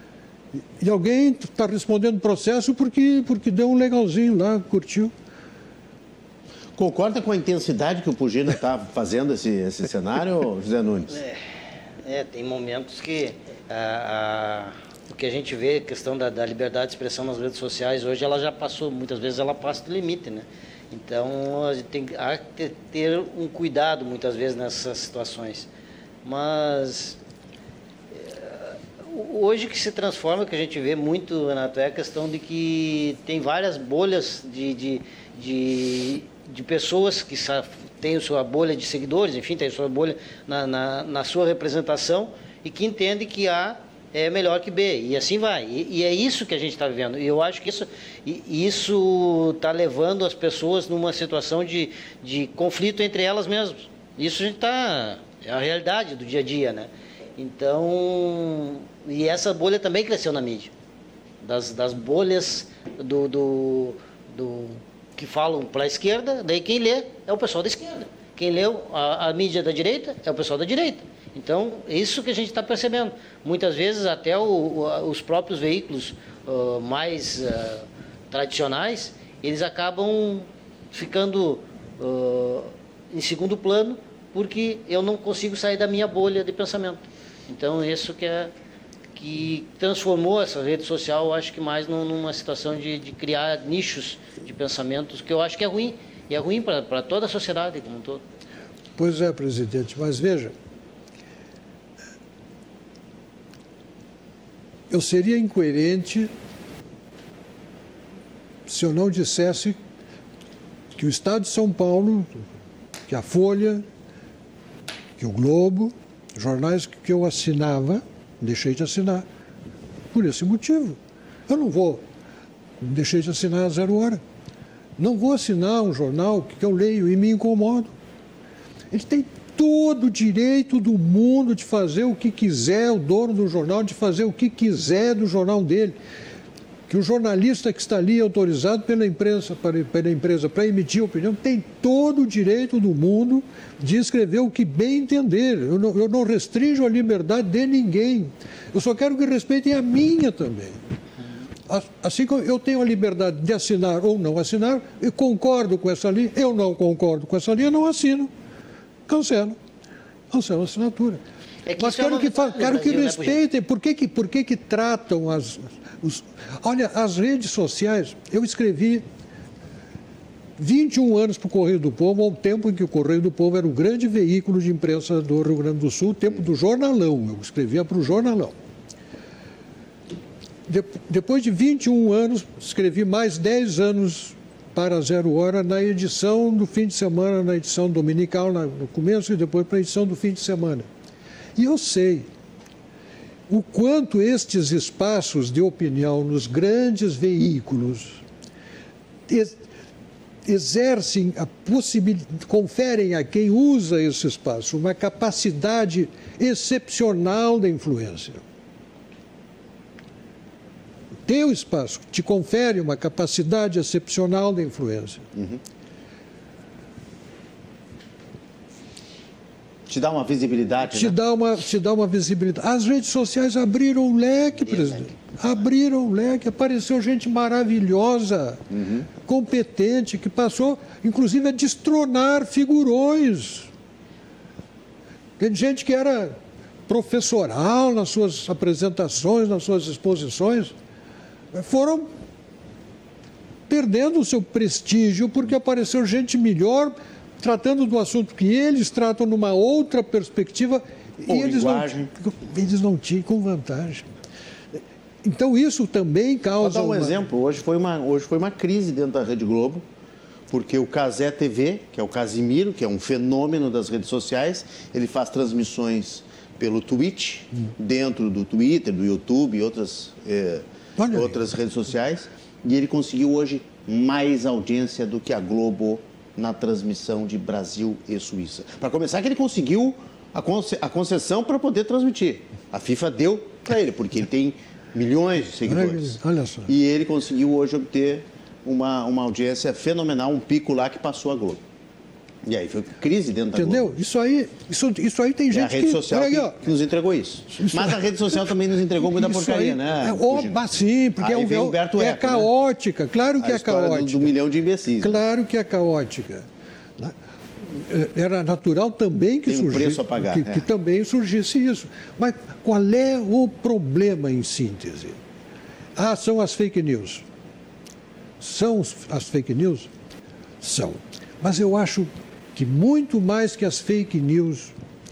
E alguém está respondendo processo porque, porque deu um legalzinho lá, curtiu. Concorda com a intensidade que o Pugina está fazendo esse, esse cenário, José Nunes? É, é, tem momentos que a, a, o que a gente vê, a questão da, da liberdade de expressão nas redes sociais, hoje ela já passou, muitas vezes ela passa do limite, né? Então, a gente tem há que ter um cuidado, muitas vezes, nessas situações. Mas, hoje que se transforma, que a gente vê muito, Renato, é a questão de que tem várias bolhas de... de, de de pessoas que têm a sua bolha de seguidores, enfim, tem a sua bolha na, na, na sua representação e que entendem que A é melhor que B, e assim vai. E, e é isso que a gente está vivendo. E eu acho que isso isso está levando as pessoas numa situação de, de conflito entre elas mesmas. Isso a gente está... é a realidade do dia a dia, né? Então... E essa bolha também cresceu na mídia. Das, das bolhas do... do, do que falam para a esquerda, daí quem lê é o pessoal da esquerda. Quem lê a, a mídia da direita é o pessoal da direita. Então, é isso que a gente está percebendo. Muitas vezes, até o, o, os próprios veículos uh, mais uh, tradicionais, eles acabam ficando uh, em segundo plano, porque eu não consigo sair da minha bolha de pensamento. Então, isso que é, que transformou essa rede social, eu acho que mais numa situação de, de criar nichos de pensamentos, que eu acho que é ruim, e é ruim para toda a sociedade como um todo. Pois é, presidente, mas veja, eu seria incoerente se eu não dissesse que o Estado de São Paulo, que a Folha, que o Globo, jornais que eu assinava, deixei de assinar por esse motivo. Eu não vou, deixei de assinar a Zero Hora. Não vou assinar um jornal que eu leio e me incomodo. Ele tem todo o direito do mundo de fazer o que quiser, o dono do jornal, de fazer o que quiser do jornal dele. Que o jornalista que está ali autorizado pela imprensa, para, pela empresa para emitir opinião, tem todo o direito do mundo de escrever o que bem entender. Eu não, eu não restringo a liberdade de ninguém. Eu só quero que respeitem a minha também. Assim como eu tenho a liberdade de assinar ou não assinar, eu concordo com essa linha, eu não concordo com essa linha, não assino. Cancelo. Cancelo a assinatura. É que Mas quero é que, quero que respeitem. Por que, que, por que, que tratam as... Os, olha, as redes sociais, eu escrevi vinte e um anos para o Correio do Povo, ao tempo em que o Correio do Povo era o grande veículo de imprensa do Rio Grande do Sul, o tempo do jornalão, eu escrevia para o jornalão. De, depois de vinte e um anos, escrevi mais dez anos para a Zero Hora na edição do fim de semana, na edição dominical, no começo e depois para a edição do fim de semana. E eu sei o quanto estes espaços de opinião nos grandes veículos exercem a possibilidade, conferem a quem usa esse espaço uma capacidade excepcional de influência. O teu espaço te confere uma capacidade excepcional de influência. Uhum. Te dá uma visibilidade, te né? dá uma Te dá uma visibilidade. As redes sociais abriram o leque, presidente. Abriram o leque. Apareceu gente maravilhosa, uhum. competente, que passou, inclusive, a destronar figurões. Tem gente que era professoral nas suas apresentações, nas suas exposições. Foram perdendo o seu prestígio porque apareceu gente melhor, tratando do assunto que eles tratam numa outra perspectiva, e eles não, eles não tinham com vantagem. Então isso também causa... Vou dar um uma... exemplo. Hoje foi uma, hoje foi uma crise dentro da Rede Globo, porque o Cazé T V, que é o Casimiro, que é um fenômeno das redes sociais, ele faz transmissões pelo Twitch, hum. dentro do Twitter, do YouTube e outras, eh, outras redes sociais, e ele conseguiu hoje mais audiência do que a Globo na transmissão de Brasil e Suíça. Para começar, que ele conseguiu a, conce a concessão para poder transmitir. A FIFA deu para ele, porque ele tem milhões de seguidores. Olha só. E ele conseguiu hoje obter uma, uma audiência fenomenal, um pico lá que passou a Globo. E aí foi crise dentro da Entendeu? Globo. Entendeu? Isso aí, isso, isso aí tem gente que... É a rede que... social aí, que, que nos entregou isso. isso Mas a rede social também nos entregou muita porcaria, aí, né? É, ó, sim, porque aí é, um, Humberto é Eco, caótica, né? claro que a é caótica. Do, do milhão de imbecis. Claro que é caótica. Era natural também que Tem um surgisse, preço a pagar, que, é. que também surgisse isso. Mas qual é o problema em síntese? Ah, são as fake news. São as fake news? São. Mas eu acho que muito mais que as fake news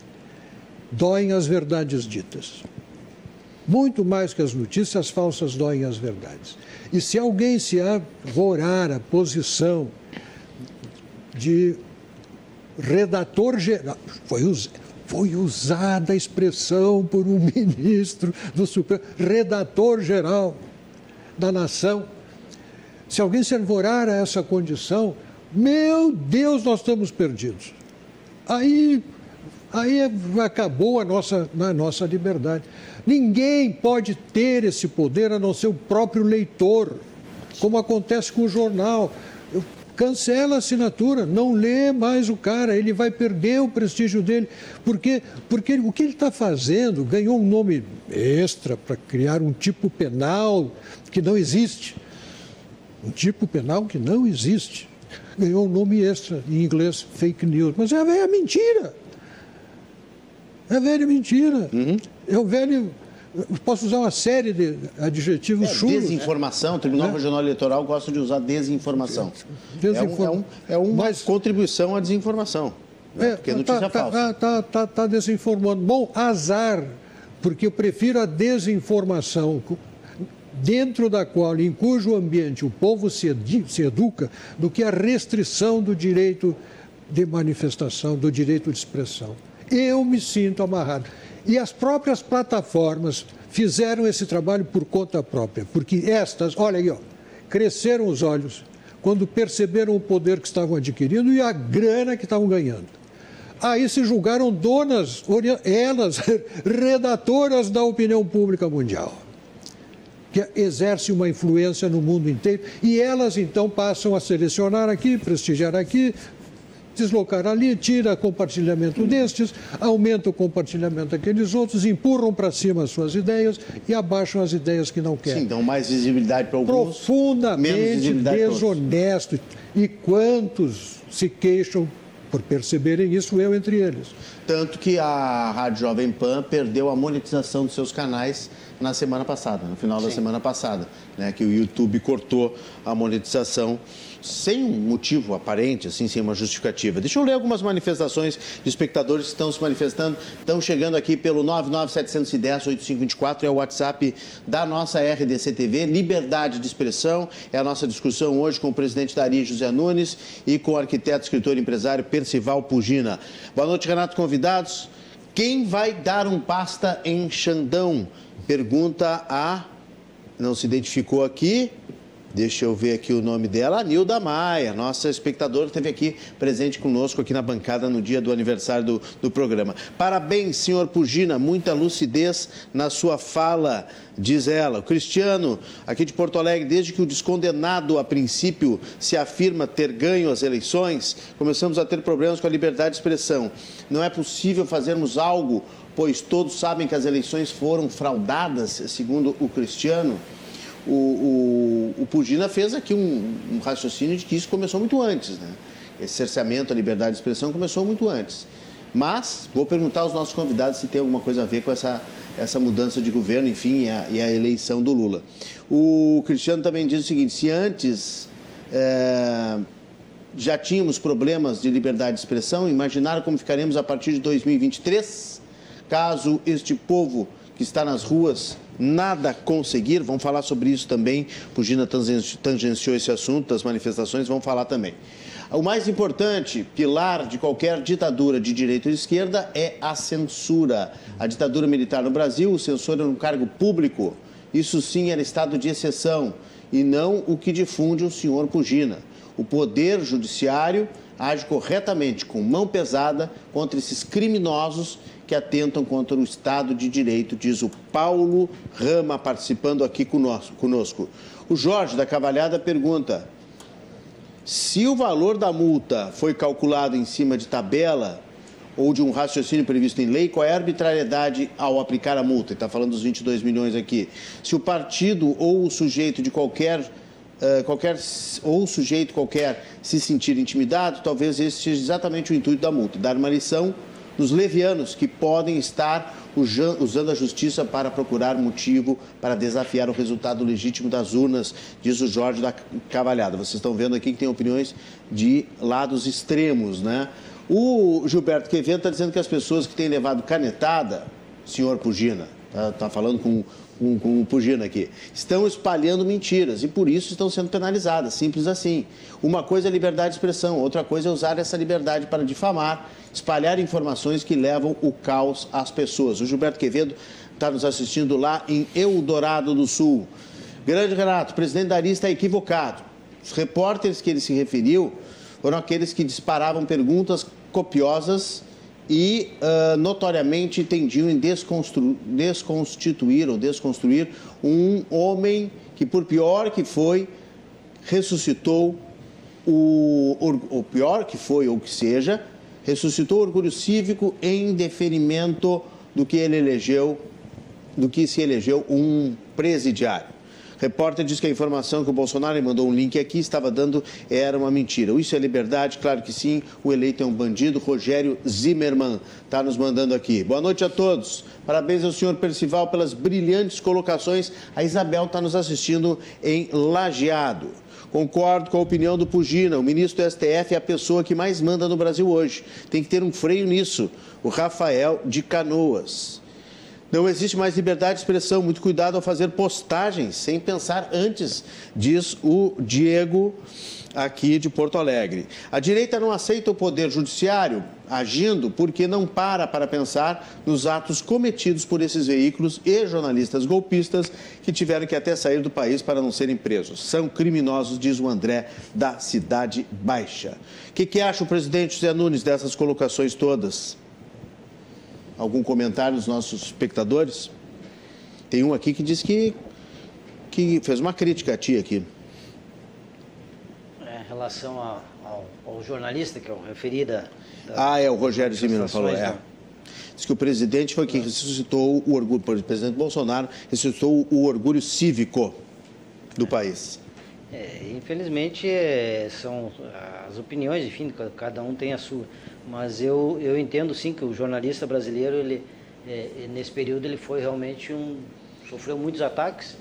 doem as verdades ditas. Muito mais que as notícias falsas doem as verdades. E se alguém se arvorar a posição de redator geral, foi, us, foi usada a expressão por um ministro do Supremo, redator geral da nação. Se alguém se arvorar a essa condição, meu Deus, nós estamos perdidos. Aí, aí acabou a nossa, a nossa liberdade. Ninguém pode ter esse poder a não ser o próprio leitor, como acontece com o jornal. Cancela a assinatura, não lê mais o cara, ele vai perder o prestígio dele, porque, porque o que ele está fazendo ganhou um nome extra para criar um tipo penal que não existe. Um tipo penal que não existe. Ganhou um nome extra, em inglês, fake news. Mas é a velha mentira. É a velha mentira. Uhum. É o velho posso usar uma série de adjetivos é, chulos. Desinformação, o Tribunal é. Regional Eleitoral gosta de usar desinformação. Desinform... É, um, é, um, é uma Mas... contribuição à desinformação, né? é, porque é notícia tá, falsa. Está tá, tá, tá desinformando. Bom, azar, porque eu prefiro a desinformação dentro da qual, em cujo ambiente o povo se, se educa, do que a restrição do direito de manifestação, do direito de expressão. Eu me sinto amarrado. E as próprias plataformas fizeram esse trabalho por conta própria, porque estas, olha aí, ó, cresceram os olhos quando perceberam o poder que estavam adquirindo e a grana que estavam ganhando. Aí se julgaram donas, elas, redatoras da opinião pública mundial, que exerce uma influência no mundo inteiro, e elas então passam a selecionar aqui, prestigiar aqui, deslocar ali, tira compartilhamento destes, aumenta o compartilhamento daqueles outros, empurram para cima as suas ideias e abaixam as ideias que não querem. Sim, dão mais visibilidade para alguns, profundamente desonesto. E quantos se queixam por perceberem isso, eu entre eles. Tanto que a Rádio Jovem Pan perdeu a monetização dos seus canais na semana passada, no final Sim. da semana passada, né, que o YouTube cortou a monetização sem um motivo aparente, assim, sem uma justificativa. Deixa eu ler algumas manifestações de espectadores que estão se manifestando, estão chegando aqui pelo nove nove sete um zero oito cinco dois quatro, é o WhatsApp da nossa R D C T V, liberdade de expressão, é a nossa discussão hoje com o presidente da Ari, José Nunes, e com o arquiteto, escritor e empresário Percival Pugina. Boa noite, Renato, convidados. Quem vai dar um pasta em Xandão? Pergunta a... não se identificou aqui... Deixa eu ver aqui o nome dela, a Nilda Maia, nossa espectadora, esteve aqui presente conosco aqui na bancada no dia do aniversário do, do programa. Parabéns, senhor Pugina, muita lucidez na sua fala, diz ela. O Cristiano, aqui de Porto Alegre, desde que o descondenado, a princípio, se afirma ter ganho as eleições, começamos a ter problemas com a liberdade de expressão. Não é possível fazermos algo, pois todos sabem que as eleições foram fraudadas, segundo o Cristiano. O, o, o Pugina fez aqui um, um raciocínio de que isso começou muito antes, né? Esse cerceamento à liberdade de expressão começou muito antes. Mas vou perguntar aos nossos convidados se tem alguma coisa a ver com essa, essa mudança de governo, enfim, e a, e a eleição do Lula. O Cristiano também diz o seguinte, se antes é, já tínhamos problemas de liberdade de expressão, imaginar como ficaremos a partir de dois mil e vinte e três, caso este povo que está nas ruas nada conseguir, vamos falar sobre isso também, Pugina tangenciou esse assunto das manifestações, vamos falar também. O mais importante, pilar de qualquer ditadura de direita ou de esquerda, é a censura. A ditadura militar no Brasil, o censor era um cargo público, isso sim era estado de exceção, e não o que difunde o senhor Pugina. O poder judiciário age corretamente, com mão pesada, contra esses criminosos que atentam contra o Estado de Direito, diz o Paulo Rama, participando aqui conosco. O Jorge, da Cavalhada, pergunta, se o valor da multa foi calculado em cima de tabela ou de um raciocínio previsto em lei, qual é a arbitrariedade ao aplicar a multa? Ele está falando dos vinte e dois milhões aqui. Se o partido ou o sujeito de qualquer... Uh, qualquer, ou o sujeito qualquer se sentir intimidado, talvez esse seja exatamente o intuito da multa, dar uma lição dos levianos que podem estar usando a justiça para procurar motivo para desafiar o resultado legítimo das urnas, diz o Jorge da Cavalhada. Vocês estão vendo aqui que tem opiniões de lados extremos, né? O Gilberto Quevedo está dizendo que as pessoas que têm levado canetada, senhor Pugina, está tá falando com Com, com o Pugina aqui, estão espalhando mentiras e por isso estão sendo penalizadas, simples assim. Uma coisa é liberdade de expressão, outra coisa é usar essa liberdade para difamar, espalhar informações que levam o caos às pessoas. O Gilberto Quevedo está nos assistindo lá em Eldorado do Sul. Grande Renato, o presidente da Ari está equivocado. Os repórteres que ele se referiu foram aqueles que disparavam perguntas copiosas e uh, notoriamente tendiam em desconstituir ou desconstruir um homem que, por pior que foi, ressuscitou o, o pior que foi ou que seja, ressuscitou o orgulho cívico em deferimento do que ele elegeu, do que se elegeu um presidiário. Repórter diz que a informação que o Bolsonaro mandou um link aqui, estava dando, era uma mentira. Isso é liberdade? Claro que sim. O eleito é um bandido. Rogério Zimmermann está nos mandando aqui. Boa noite a todos. Parabéns ao senhor Percival pelas brilhantes colocações. A Isabel está nos assistindo em Lajeado. Concordo com a opinião do Pugina. O ministro do S T F é a pessoa que mais manda no Brasil hoje. Tem que ter um freio nisso. O Rafael de Canoas. Não existe mais liberdade de expressão. Muito cuidado ao fazer postagens sem pensar antes, diz o Diego aqui de Porto Alegre. A direita não aceita o poder judiciário agindo porque não para para pensar nos atos cometidos por esses veículos e jornalistas golpistas que tiveram que até sair do país para não serem presos. São criminosos, diz o André da Cidade Baixa. O que, que acha o presidente José Nunes dessas colocações todas? Algum comentário dos nossos espectadores? Tem um aqui que diz que, que fez uma crítica a ti aqui. É, em relação ao, ao, ao jornalista, que é o referido... Da, ah, é, o Rogério Zimmermann falou, é. Da... Diz que o presidente foi quem ressuscitou o orgulho, o presidente Bolsonaro ressuscitou o orgulho cívico do país. É, infelizmente, é, são as opiniões, enfim, cada um tem a sua. Mas eu, eu entendo, sim, que o jornalista brasileiro, ele, é, nesse período, ele foi realmente um... sofreu muitos ataques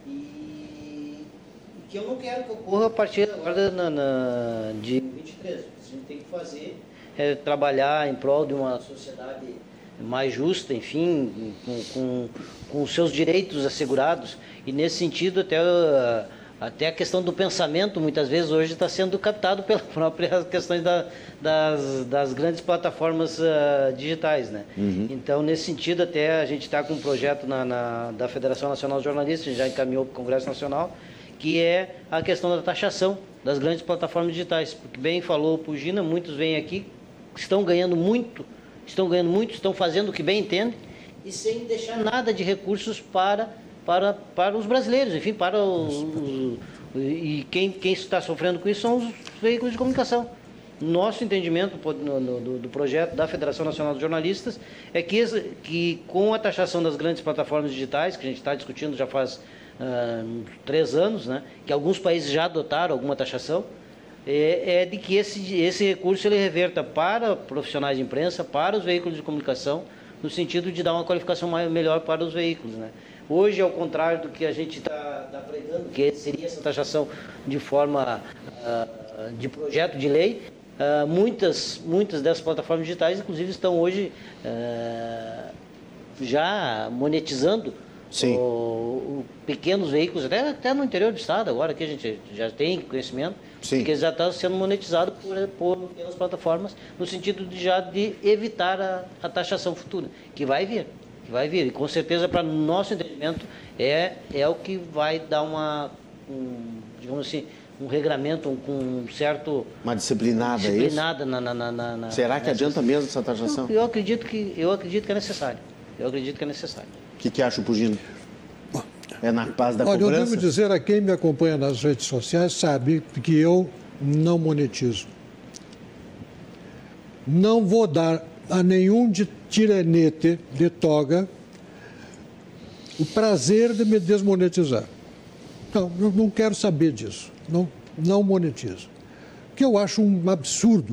e que eu não quero que ocorra a partir agora na, na, de vinte e três. A gente tem que fazer é trabalhar em prol de uma sociedade mais justa, enfim, com, com, com os seus direitos assegurados. E nesse sentido, até... Até a questão do pensamento, muitas vezes, hoje está sendo captado pelas próprias questões da, das, das grandes plataformas uh, digitais, né? Uhum. Então, nesse sentido, até a gente está com um projeto na, na, da Federação Nacional de Jornalistas, a gente já encaminhou para o Congresso Nacional, que é a questão da taxação das grandes plataformas digitais. Porque, bem falou o Pugina, muitos vêm aqui, estão ganhando muito, estão ganhando muito, estão fazendo o que bem entendem, e sem deixar nada de recursos para... Para, para os brasileiros, enfim, para os, os, e quem, quem está sofrendo com isso são os veículos de comunicação. Nosso entendimento no, no, do, do projeto da Federação Nacional de Jornalistas é que, que com a taxação das grandes plataformas digitais, que a gente está discutindo já faz uh, três anos, né, que alguns países já adotaram alguma taxação, é, é de que esse, esse recurso ele reverta para profissionais de imprensa, para os veículos de comunicação, no sentido de dar uma qualificação mais, melhor para os veículos, né? Hoje, ao contrário do que a gente está tá pregando, que seria essa taxação de forma uh, de projeto de lei, uh, muitas, muitas dessas plataformas digitais, inclusive, estão hoje uh, já monetizando o, o pequenos veículos, até, até no interior do estado, agora que a gente já tem conhecimento, Sim. que já está sendo monetizado por, por pequenas plataformas, no sentido de já de evitar a, a taxação futura, que vai vir. Vai vir, e com certeza, para nosso entendimento, é, é o que vai dar uma, um, digamos assim, um regramento, um, com um certo... Uma disciplinada, disciplinada é isso? Na, na, na, na, Será que adianta mesmo essa taxação? Eu, eu, acredito que, eu acredito que é necessário. Eu acredito que é necessário. O que, que acha o Pugino? É na paz da Olha, cobrança? eu devo dizer a quem me acompanha nas redes sociais sabe que eu não monetizo. Não vou dar a nenhum de tiranete de toga o prazer de me desmonetizar. Não, eu não quero saber disso. Não, não monetizo. O que eu acho um absurdo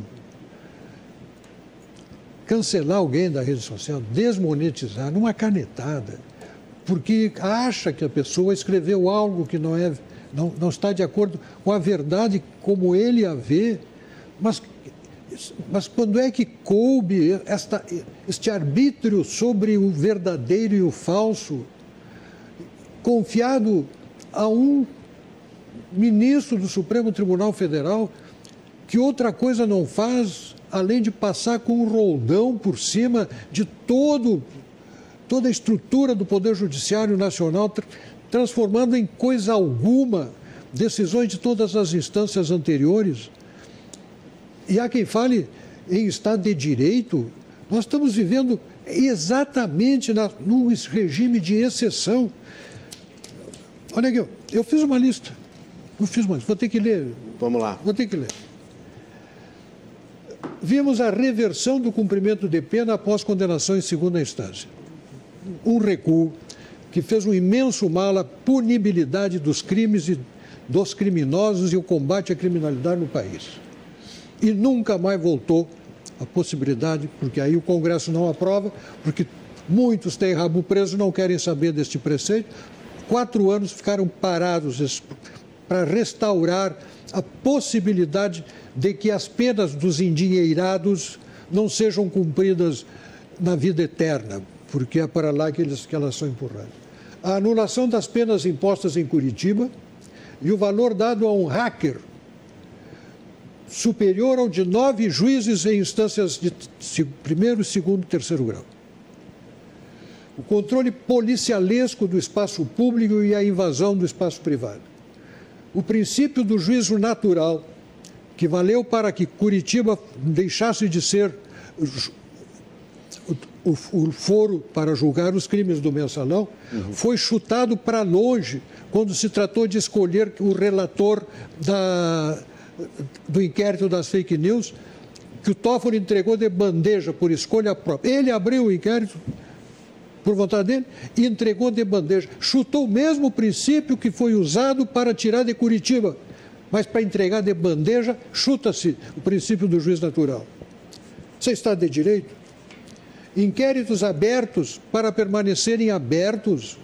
cancelar alguém da rede social, desmonetizar numa canetada, porque acha que a pessoa escreveu algo que não, é, não, não está de acordo com a verdade como ele a vê, mas... Mas quando é que coube esta, este arbítrio sobre o verdadeiro e o falso, confiado a um ministro do Supremo Tribunal Federal, que outra coisa não faz, além de passar com um roldão por cima de todo, toda a estrutura do Poder Judiciário Nacional, transformando em coisa alguma decisões de todas as instâncias anteriores? E há quem fale em Estado de Direito. Nós estamos vivendo exatamente na, num regime de exceção. Olha aqui, eu fiz uma lista. Eu fiz uma lista, vou ter que ler. Vamos lá. Vou ter que ler. Vimos a reversão do cumprimento de pena após condenação em segunda instância. Um recuo que fez um imenso mal à punibilidade dos crimes e dos criminosos e o combate à criminalidade no país. E nunca mais voltou a possibilidade, porque aí o Congresso não aprova, porque muitos têm rabo preso e não querem saber deste preceito. Quatro anos ficaram parados para restaurar a possibilidade de que as penas dos endinheirados não sejam cumpridas na vida eterna, porque é para lá que, eles, que elas são empurradas. A anulação das penas impostas em Curitiba e o valor dado a um hacker superior ao de nove juízes em instâncias de primeiro, segundo e terceiro grau. O controle policialesco do espaço público e a invasão do espaço privado. O princípio do juízo natural, que valeu para que Curitiba deixasse de ser o, o, o foro para julgar os crimes do mensalão, uhum. foi chutado para longe quando se tratou de escolher o relator da, do inquérito das fake news, que o Toffoli entregou de bandeja por escolha própria. Ele abriu o inquérito por vontade dele, e entregou de bandeja. Chutou o mesmo princípio que foi usado para tirar de Curitiba, mas para entregar de bandeja, chuta-se o princípio do juiz natural. Você está de direito? Inquéritos abertos para permanecerem abertos,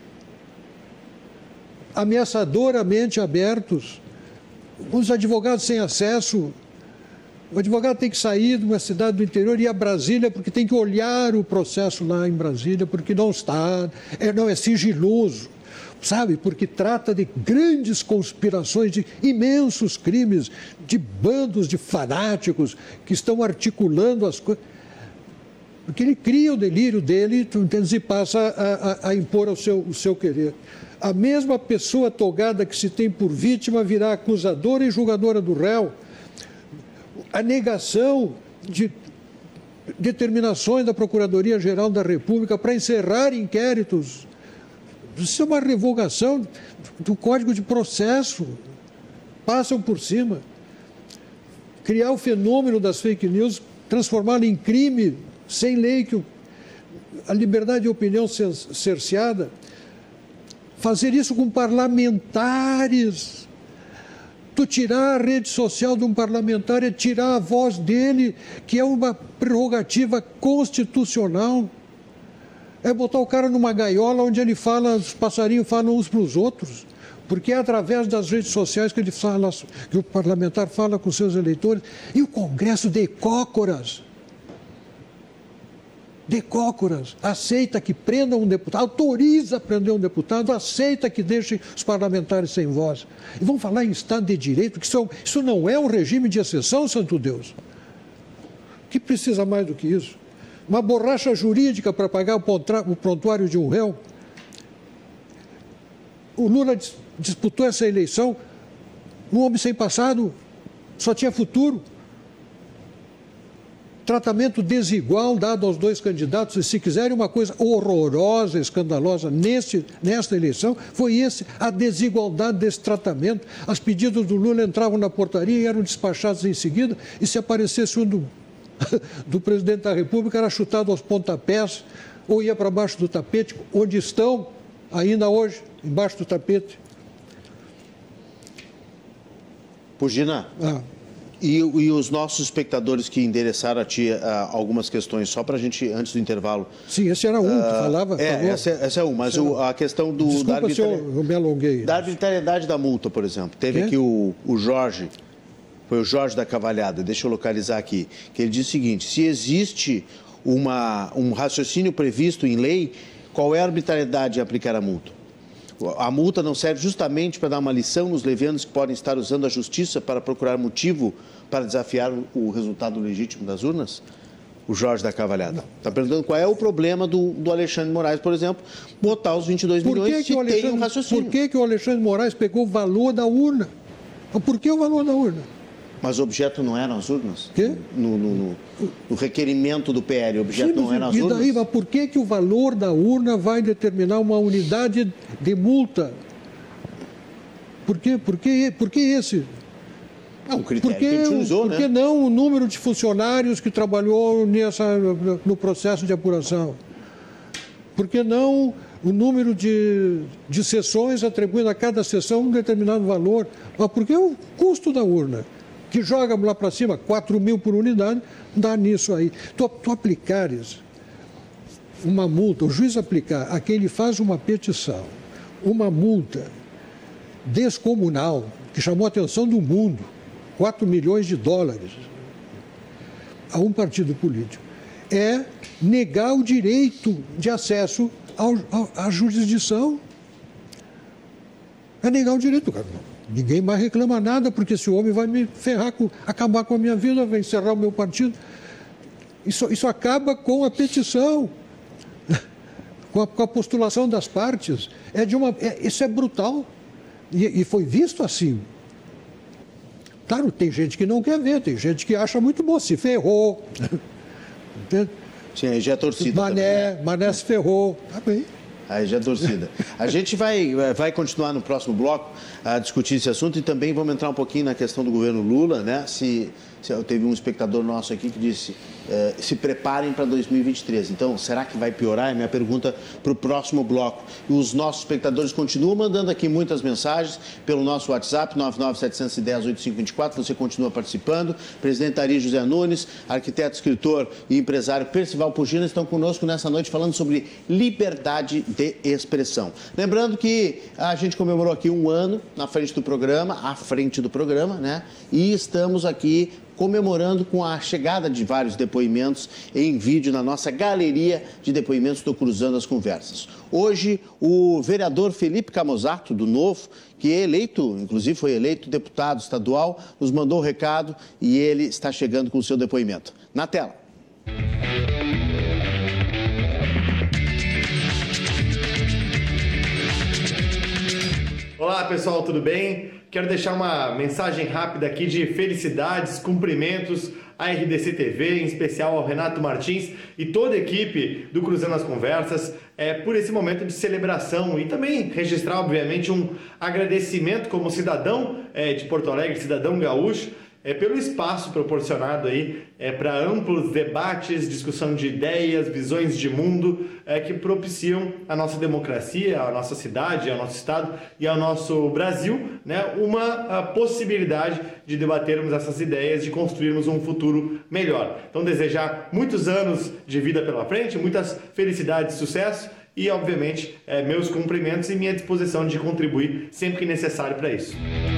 ameaçadoramente abertos, os advogados sem acesso. O advogado tem que sair de uma cidade do interior e ir a Brasília, porque tem que olhar o processo lá em Brasília, porque não está, é, não é sigiloso, sabe? Porque trata de grandes conspirações, de imensos crimes, de bandos de fanáticos que estão articulando as coisas. Porque ele cria o delírio dele e passa a, a, a impor o seu, o seu querer. A mesma pessoa togada que se tem por vítima virá acusadora e julgadora do réu. A negação de determinações da Procuradoria-Geral da República para encerrar inquéritos. Isso é uma revogação do Código de Processo. Passam por cima. Criar o fenômeno das fake news, transformá-lo em crime, sem lei, que a liberdade de opinião cerceada. Fazer isso com parlamentares. Tu tirar a rede social de um parlamentar é tirar a voz dele, que é uma prerrogativa constitucional. É botar o cara numa gaiola onde ele fala, os passarinhos falam uns para os outros, porque é através das redes sociais que ele fala, que o parlamentar fala com seus eleitores. E o Congresso de cócoras, de cócoras, aceita que prenda um deputado, autoriza prender um deputado, aceita que deixe os parlamentares sem voz. E vamos falar em Estado de Direito, que isso, isso não é um regime de exceção, santo Deus. O que precisa mais do que isso? Uma borracha jurídica para pagar o prontuário de um réu? O Lula disputou essa eleição, um homem sem passado, só tinha futuro. Tratamento desigual dado aos dois candidatos, e se quiserem uma coisa horrorosa, escandalosa nesse, nesta eleição, foi esse, a desigualdade desse tratamento. As pedidos do Lula entravam na portaria e eram despachados em seguida, e se aparecesse um do, do presidente da República, era chutado aos pontapés, ou ia para baixo do tapete, onde estão ainda hoje, embaixo do tapete. Pugina. Ah. E, e os nossos espectadores que endereçaram a ti uh, algumas questões, só para a gente, antes do intervalo. Sim, esse era um uh, que falava. É, essa, essa é um, mas o, a questão do. Desculpa, da arbitrar... se eu, eu me alonguei. Da arbitrariedade da multa, por exemplo. Teve Quê? aqui o, o Jorge, foi o Jorge da Cavalhada, deixa eu localizar aqui, que ele diz o seguinte: se existe uma, um raciocínio previsto em lei, qual é a arbitrariedade de aplicar a multa? A multa não serve justamente para dar uma lição nos levianos que podem estar usando a justiça para procurar motivo para desafiar o resultado legítimo das urnas? O Jorge da Cavalhada está perguntando qual é o problema do, do Alexandre Moraes, por exemplo, botar os vinte e dois milhões que se que tem um raciocínio. Por que, que o Alexandre Moraes pegou o valor da urna? Por que o valor da urna? Mas o objeto não eram as urnas? Quê? No, no, no, no requerimento do P L, o objeto Sim, não eram as e daí, urnas? Mas por que, que o valor da urna vai determinar uma unidade de multa? Por quê? Por que, por que esse? É um critério Porque, que a gente usou, por né? que não o número de funcionários que trabalhou nessa, no processo de apuração? Por que não o número de, de sessões, atribuindo a cada sessão um determinado valor. Mas porque é o custo da urna, que joga lá para cima, quatro mil por unidade, dá nisso aí. Tu, tu aplicares uma multa, o juiz aplicar a quem ele faz uma petição, uma multa descomunal, que chamou a atenção do mundo, quatro milhões de dólares, a um partido político, é negar o direito de acesso ao, ao, à jurisdição. É negar o direito, cara. Ninguém mais reclama nada, porque esse homem vai me ferrar, com, acabar com a minha vida, vai encerrar o meu partido. Isso, isso acaba com a petição, com a, com a postulação das partes. É de uma, é, isso é brutal. E, e foi visto assim. Claro, tem gente que não quer ver, tem gente que acha muito bom, se ferrou. Sim, aí já é torcida. Mané, também, né? Mané se ferrou. Tá bem. Aí já é torcida. A gente vai, vai continuar no próximo bloco a discutir esse assunto e também vamos entrar um pouquinho na questão do governo Lula, né? Se, se teve um espectador nosso aqui que disse eh, se preparem para dois mil e vinte e três. Então, será que vai piorar? É minha pergunta para o próximo bloco. E os nossos espectadores continuam mandando aqui muitas mensagens pelo nosso WhatsApp, nove nove sete um zero oito cinco dois quatro. Você continua participando. Presidente Ari José Nunes, arquiteto, escritor e empresário Percival Pugina estão conosco nessa noite falando sobre liberdade de expressão. Lembrando que a gente comemorou aqui um ano na frente do programa, à frente do programa, né? E estamos aqui comemorando com a chegada de vários depoimentos em vídeo na nossa galeria de depoimentos do Cruzando as Conversas. Hoje, o vereador Felipe Camozzato, do Novo, que é eleito, inclusive foi eleito deputado estadual, nos mandou o recado e ele está chegando com o seu depoimento. Na tela. Olá pessoal, tudo bem? Quero deixar uma mensagem rápida aqui de felicidades, cumprimentos à R D C T V, em especial ao Renato Martins e toda a equipe do Cruzando as Conversas, é, por esse momento de celebração e também registrar, obviamente, um agradecimento como cidadão é, de Porto Alegre, cidadão gaúcho, É, pelo espaço proporcionado aí é, para amplos debates, discussão de ideias, visões de mundo é, que propiciam a nossa democracia, a nossa cidade, ao nosso estado e ao nosso Brasil, né, uma possibilidade de debatermos essas ideias, de construirmos um futuro melhor. Então, desejar muitos anos de vida pela frente, muitas felicidades, sucesso e, obviamente, é, meus cumprimentos e minha disposição de contribuir sempre que necessário para isso.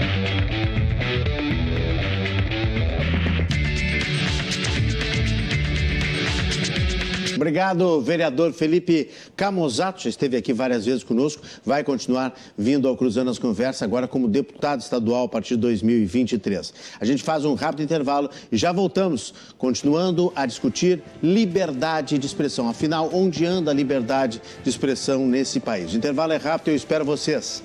Obrigado, vereador Felipe Camozzato, já esteve aqui várias vezes conosco, vai continuar vindo ao Cruzando as Conversas agora como deputado estadual a partir de dois mil e vinte e três. A gente faz um rápido intervalo e já voltamos, continuando a discutir liberdade de expressão. Afinal, onde anda a liberdade de expressão nesse país? O intervalo é rápido e eu espero vocês.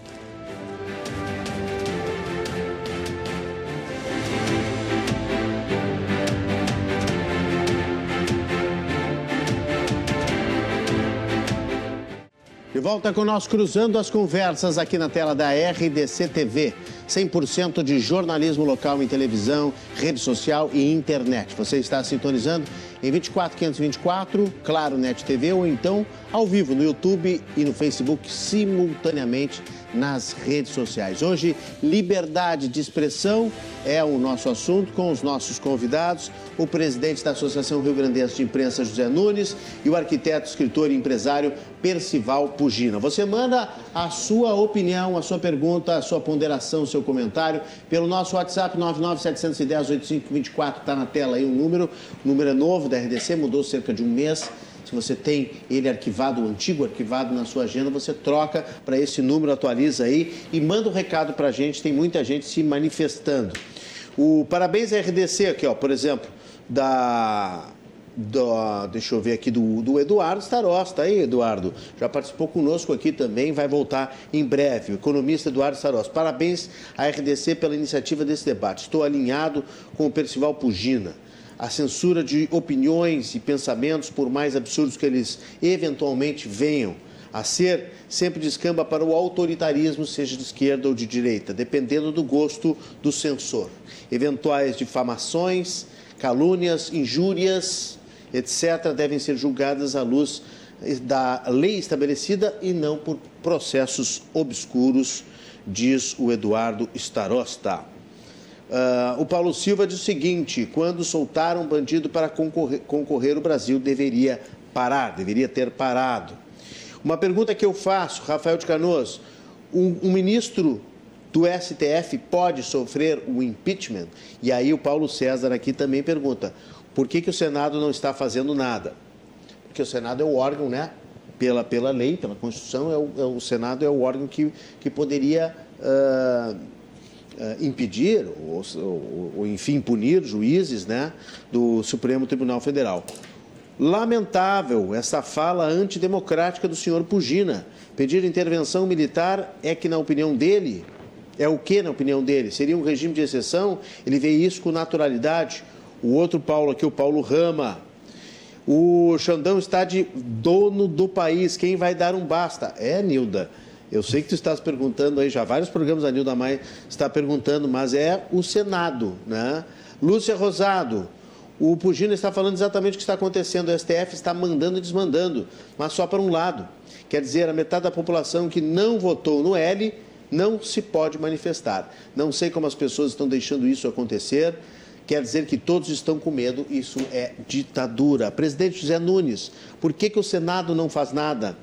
De volta com nós Cruzando as Conversas aqui na tela da R D C T V. cem por cento de jornalismo local em televisão, rede social e internet. Você está sintonizando em vinte e quatro quinhentos e vinte e quatro, Claro Net T V, ou então ao vivo no YouTube e no Facebook, simultaneamente nas redes sociais. Hoje, liberdade de expressão é o nosso assunto com os nossos convidados, o presidente da Associação Rio Grandense de Imprensa, José Nunes, e o arquiteto, escritor e empresário Percival Pugina. Você manda a sua opinião, a sua pergunta, a sua ponderação, o seu comentário pelo nosso WhatsApp nove nove sete um zero oito cinco dois quatro, está na tela aí o número, o número é novo da R D C, mudou cerca de um mês. Se você tem ele arquivado, o antigo arquivado na sua agenda, você troca para esse número, atualiza aí e manda um recado para a gente, tem muita gente se manifestando. O parabéns à R D C aqui, ó, por exemplo, da... Do, deixa eu ver aqui, do, do Eduardo Starosta. Tá aí, Eduardo, já participou conosco aqui também, vai voltar em breve, o economista Eduardo Starosta. Parabéns à R D C pela iniciativa desse debate, estou alinhado com o Percival Pugina. A censura de opiniões e pensamentos, por mais absurdos que eles eventualmente venham a ser, sempre descamba para o autoritarismo, seja de esquerda ou de direita, dependendo do gosto do censor. Eventuais difamações, calúnias, injúrias, etcétera, devem ser julgadas à luz da lei estabelecida e não por processos obscuros, diz o Eduardo Starosta. Uh, o Paulo Silva diz o seguinte: quando soltaram um bandido para concorrer, concorrer, o Brasil deveria parar, deveria ter parado. Uma pergunta que eu faço, Rafael de Canoas: um, um ministro do S T F pode sofrer o impeachment? E aí o Paulo César aqui também pergunta: por que que o Senado não está fazendo nada? Porque o Senado é o órgão, né? Pela, pela lei, pela Constituição, é o, é o Senado é o órgão que, que poderia uh, uh, impedir ou, ou, ou, enfim, punir juízes, né, do Supremo Tribunal Federal. Lamentável essa fala antidemocrática do senhor Pugina. Pedir intervenção militar é que, na opinião dele, é o que, na opinião dele? Seria um regime de exceção? Ele vê isso com naturalidade. O outro Paulo aqui, o Paulo Rama. O Xandão está de dono do país. Quem vai dar um basta? É, Nilda. Eu sei que tu estás perguntando aí, já vários programas a Nilda Maia está perguntando, mas é o Senado, né? Lúcia Rosado. O Pugina está falando exatamente o que está acontecendo. O S T F está mandando e desmandando, mas só para um lado. Quer dizer, a metade da população que não votou no L não se pode manifestar. Não sei como as pessoas estão deixando isso acontecer. Quer dizer que todos estão com medo. Isso é ditadura. Presidente José Nunes, por que que o Senado não faz nada?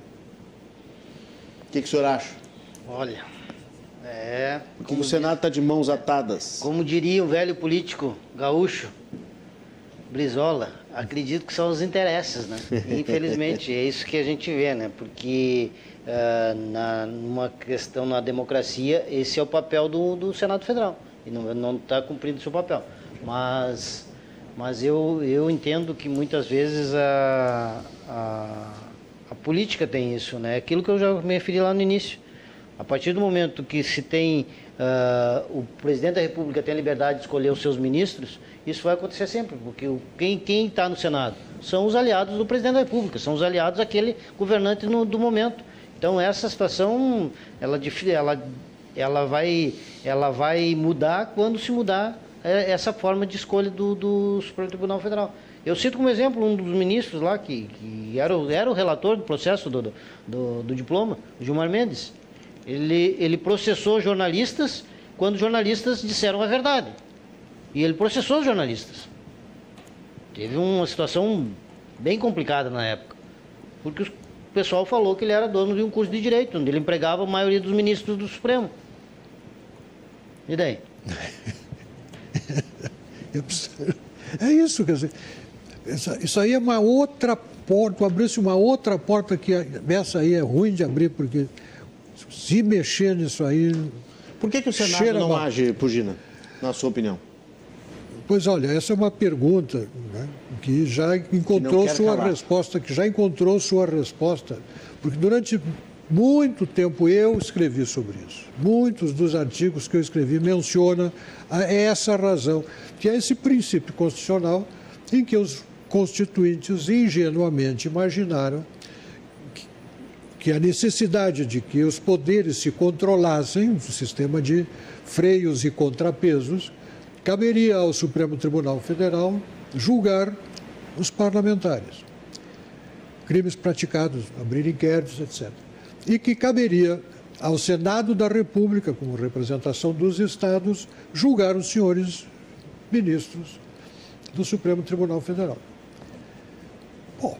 O que que o senhor acha? Olha, é... Porque o Senado está de mãos atadas. Como diria o velho político gaúcho, Brizola, acredito que são os interesses, né? Infelizmente, é isso que a gente vê, né? Porque uh, na, numa questão na democracia, esse é o papel do, do Senado Federal. E não está cumprindo o seu papel. Mas, mas eu, eu entendo que muitas vezes a, a, a política tem isso, né? Aquilo que eu já me referi lá no início. A partir do momento que se tem, uh, o presidente da República tem a liberdade de escolher os seus ministros, isso vai acontecer sempre, porque o, quem está no Senado são os aliados do presidente da República, são os aliados daquele governante no, do momento. Então essa situação, ela, ela, ela, vai, ela vai mudar quando se mudar essa forma de escolha do, do Supremo Tribunal Federal. Eu cito como exemplo um dos ministros lá, que, que era, o, era o relator do processo do, do, do diploma, o Gilmar Mendes. Ele, ele processou jornalistas quando jornalistas disseram a verdade. E ele processou os jornalistas. Teve uma situação bem complicada na época, porque o pessoal falou que ele era dono de um curso de Direito, onde ele empregava a maioria dos ministros do Supremo. E daí? É isso, quer dizer, isso aí é uma outra porta, abrisse uma outra porta que essa aí é ruim de abrir, porque se mexer nisso aí... Por que que o Senado não mal. age, Pugina, na sua opinião? Pois olha, essa é uma pergunta, né, que já encontrou que sua calar. resposta, que já encontrou sua resposta, porque durante muito tempo eu escrevi sobre isso. Muitos dos artigos que eu escrevi mencionam essa razão, que é esse princípio constitucional em que os constituintes ingenuamente imaginaram que, que a necessidade de que os poderes se controlassem, um sistema de freios e contrapesos, caberia ao Supremo Tribunal Federal julgar os parlamentares, crimes praticados, abrir inquéritos, etcétera. E que caberia ao Senado da República, como representação dos Estados, julgar os senhores ministros do Supremo Tribunal Federal. Bom,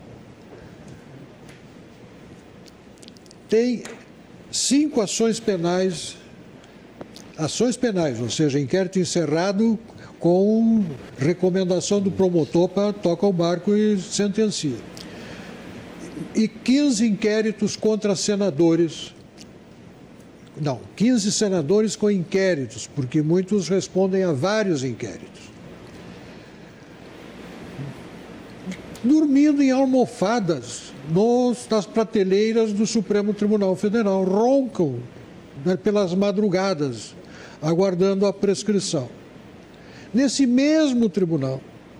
tem cinco ações penais, ações penais, ou seja, inquérito encerrado com recomendação do promotor para tocar o barco e sentencia. E quinze inquéritos contra senadores. Não, quinze senadores com inquéritos, porque muitos respondem a vários inquéritos. Dormindo em almofadas nos, nas prateleiras do Supremo Tribunal Federal, roncam, né, pelas madrugadas, aguardando a prescrição. Nesse mesmo tribunal,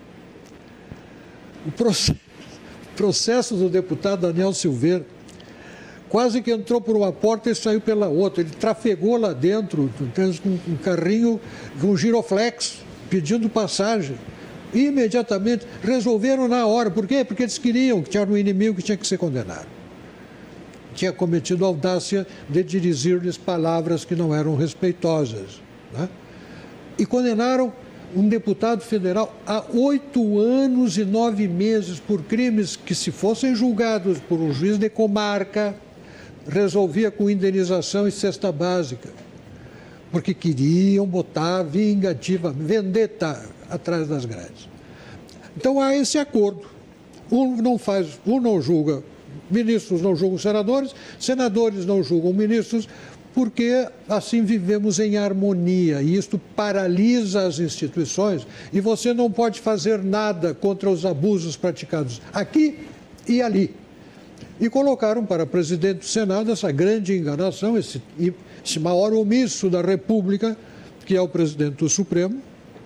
o processo, processo do deputado Daniel Silveira quase que entrou por uma porta e saiu pela outra. Ele trafegou lá dentro com um carrinho, com um giroflex, pedindo passagem imediatamente, resolveram na hora. Por quê? Porque eles queriam, que tinha um inimigo que tinha que ser condenado. Tinha cometido a audácia de dirigir-lhes palavras que não eram respeitosas, né? E condenaram um deputado federal a oito anos e nove meses por crimes que, se fossem julgados por um juiz de comarca, resolvia com indenização e cesta básica, porque queriam botar vingativa, vendetta atrás das grades. Então há esse acordo. Um não faz, um não julga, ministros não julgam senadores, senadores não julgam ministros, porque assim vivemos em harmonia e isto paralisa as instituições e você não pode fazer nada contra os abusos praticados aqui e ali. E colocaram para presidente do Senado essa grande enganação, esse, esse maior omisso da República, que é o presidente do Supremo,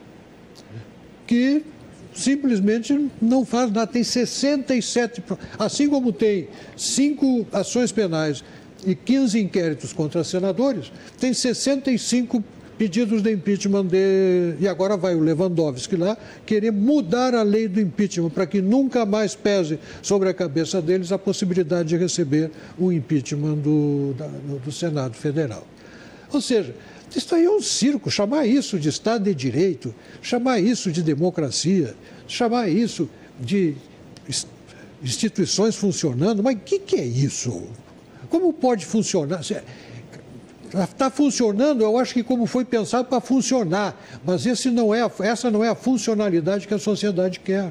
que simplesmente não faz nada. Tem sessenta e sete, assim como tem cinco ações penais e quinze inquéritos contra senadores, tem sessenta e cinco pedidos de impeachment de... E agora vai o Lewandowski lá querer mudar a lei do impeachment para que nunca mais pese sobre a cabeça deles a possibilidade de receber o impeachment do, da, do Senado Federal. Ou seja, isso aí é um circo. Chamar isso de Estado de Direito, chamar isso de democracia, chamar isso de instituições funcionando, mas o que, que é isso? Como pode funcionar? Está funcionando, eu acho que como foi pensado para funcionar, mas esse não é a, essa não é a funcionalidade que a sociedade quer.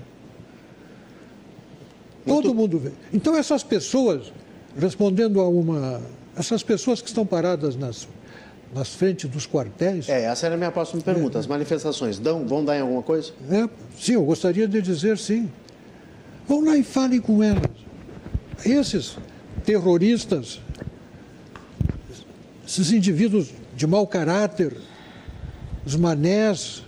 Todo mundo vê. Então essas pessoas, respondendo a uma... Essas pessoas que estão paradas nas, nas frentes dos quartéis... É, essa era a minha próxima pergunta. É, As manifestações dão, vão dar em alguma coisa? É, sim, eu gostaria de dizer sim. Vão lá e falem com elas. Esses terroristas, esses indivíduos de mau caráter, os manés,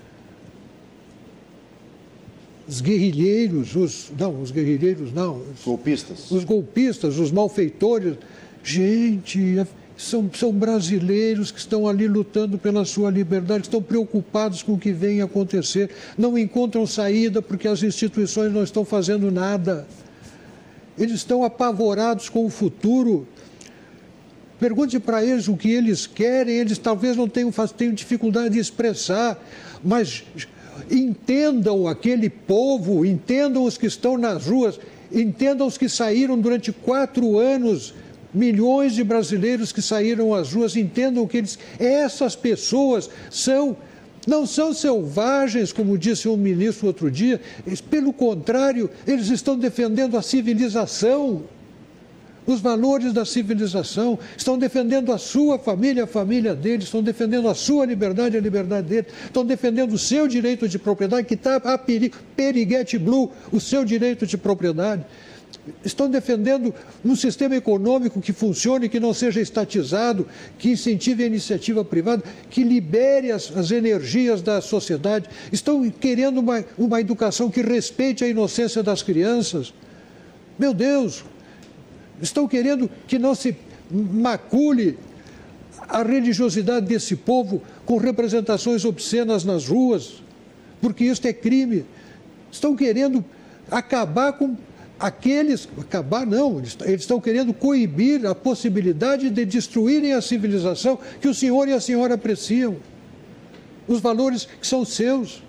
os guerrilheiros, os, não, os guerrilheiros não. Os golpistas. Os golpistas, os malfeitores. Gente, são, são brasileiros que estão ali lutando pela sua liberdade, estão preocupados com o que vem acontecer, não encontram saída porque as instituições não estão fazendo nada. Eles estão apavorados com o futuro. Pergunte para eles o que eles querem, eles talvez não tenham, tenham dificuldade de expressar, mas entendam aquele povo, entendam os que estão nas ruas, entendam os que saíram durante quatro anos, milhões de brasileiros que saíram às ruas, entendam que eles, essas pessoas são... Não são selvagens, como disse um ministro outro dia, eles, pelo contrário, eles estão defendendo a civilização, os valores da civilização, estão defendendo a sua família, a família deles, estão defendendo a sua liberdade, a liberdade deles, estão defendendo o seu direito de propriedade, que está a perigo, Periguete Blue, o seu direito de propriedade. Estão defendendo um sistema econômico que funcione, que não seja estatizado, que incentive a iniciativa privada, que libere as, as energias da sociedade. Estão querendo uma, uma educação que respeite a inocência das crianças. Meu Deus! Estão querendo que não se macule a religiosidade desse povo com representações obscenas nas ruas, porque isso é crime. Estão querendo acabar com... Aqueles, acabar não, eles, eles estão querendo coibir a possibilidade de destruírem a civilização que o senhor e a senhora apreciam, os valores que são seus.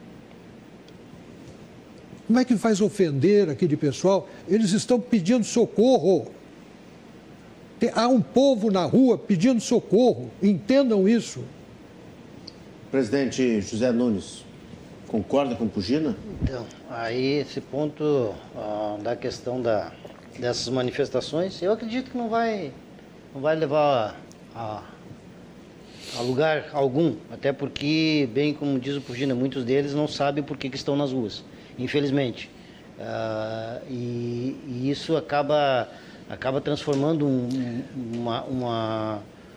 Como é que faz ofender aquele pessoal? Eles estão pedindo socorro. Tem, há um povo na rua pedindo socorro, entendam isso. Presidente José Nunes, concorda com Pugina? Então, aí esse ponto uh, da questão da, dessas manifestações, eu acredito que não vai, não vai levar a, a lugar algum, até porque, bem como diz o Pugina, muitos deles não sabem por que, que estão nas ruas, infelizmente. Uh, e, e isso acaba, acaba transformando um, uma... uma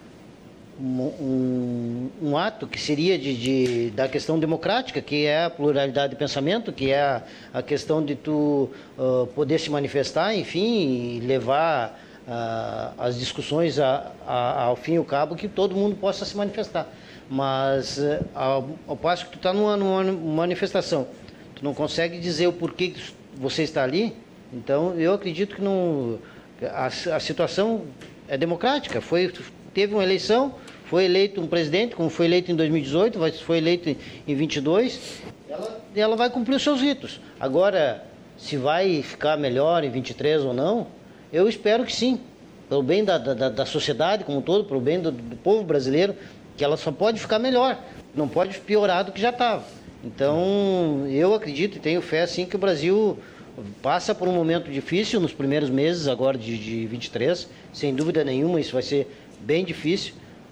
Um, um ato que seria de, de, da questão democrática, que é a pluralidade de pensamento, que é a, a questão de tu uh, poder se manifestar, enfim, e levar uh, as discussões a, a, ao fim e ao cabo, que todo mundo possa se manifestar. Mas uh, ao, ao passo que tu está numa, numa manifestação, tu não consegue dizer o porquê que você está ali. Então, eu acredito que não, a, a situação é democrática. Foi, teve uma eleição, foi eleito um presidente, como foi eleito em dois mil e dezoito, foi eleito em vinte e dois, ela, ela vai cumprir os seus ritos. Agora, se vai ficar melhor em vinte e três ou não, eu espero que sim, pelo bem da, da, da sociedade como um todo, pelo bem do, do povo brasileiro, que ela só pode ficar melhor, não pode piorar do que já estava. Então, eu acredito e tenho fé, sim, que o Brasil passa por um momento difícil nos primeiros meses agora de, de vinte e três, sem dúvida nenhuma, isso vai ser bem difícil,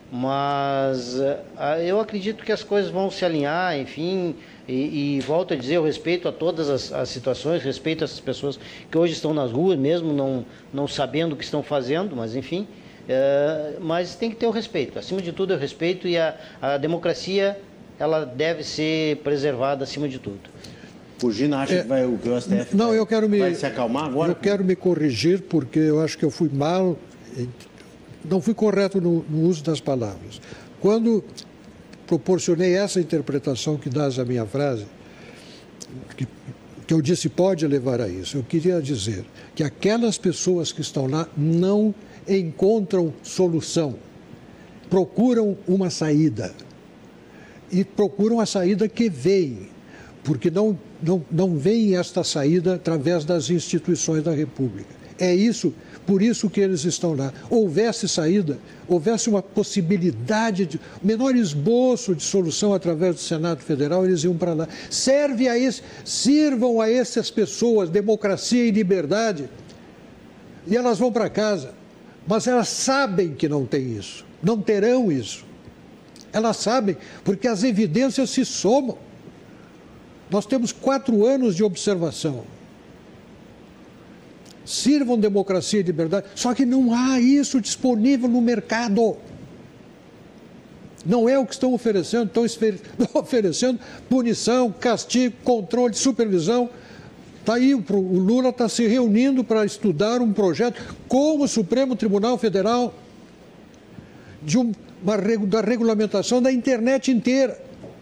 mas uh, eu acredito que as coisas vão se alinhar, enfim, e, e volto a dizer, eu respeito a todas as, as situações, respeito essas pessoas que hoje estão nas ruas, mesmo não, não sabendo o que estão fazendo, mas enfim, uh, mas tem que ter o respeito, acima de tudo é o respeito, e a, a democracia, ela deve ser preservada acima de tudo. O Gina acha é, que vai, o S T F não, vai, eu quero me, vai se acalmar agora? Eu quero me corrigir, porque eu acho que eu fui mal, não fui correto no, no uso das palavras. Quando proporcionei essa interpretação que dás à minha frase, que, que eu disse pode levar a isso, eu queria dizer que aquelas pessoas que estão lá não encontram solução, procuram uma saída, e procuram a saída que vem, porque não, não, não vem esta saída através das instituições da República. É isso, por isso que eles estão lá. Houvesse saída, houvesse uma possibilidade, de menor esboço de solução através do Senado Federal, eles iam para lá. Serve a esse, sirvam a essas pessoas democracia e liberdade, e elas vão para casa. Mas elas sabem que não tem isso, não terão isso. Elas sabem, porque as evidências se somam. Nós temos quatro anos de observação. Sirvam democracia e liberdade, só que não há isso disponível no mercado. Não é o que estão oferecendo, estão oferecendo punição, castigo, controle, supervisão. Está aí, o Lula está se reunindo para estudar um projeto com o Supremo Tribunal Federal de um, uma, da regulamentação da internet inteira.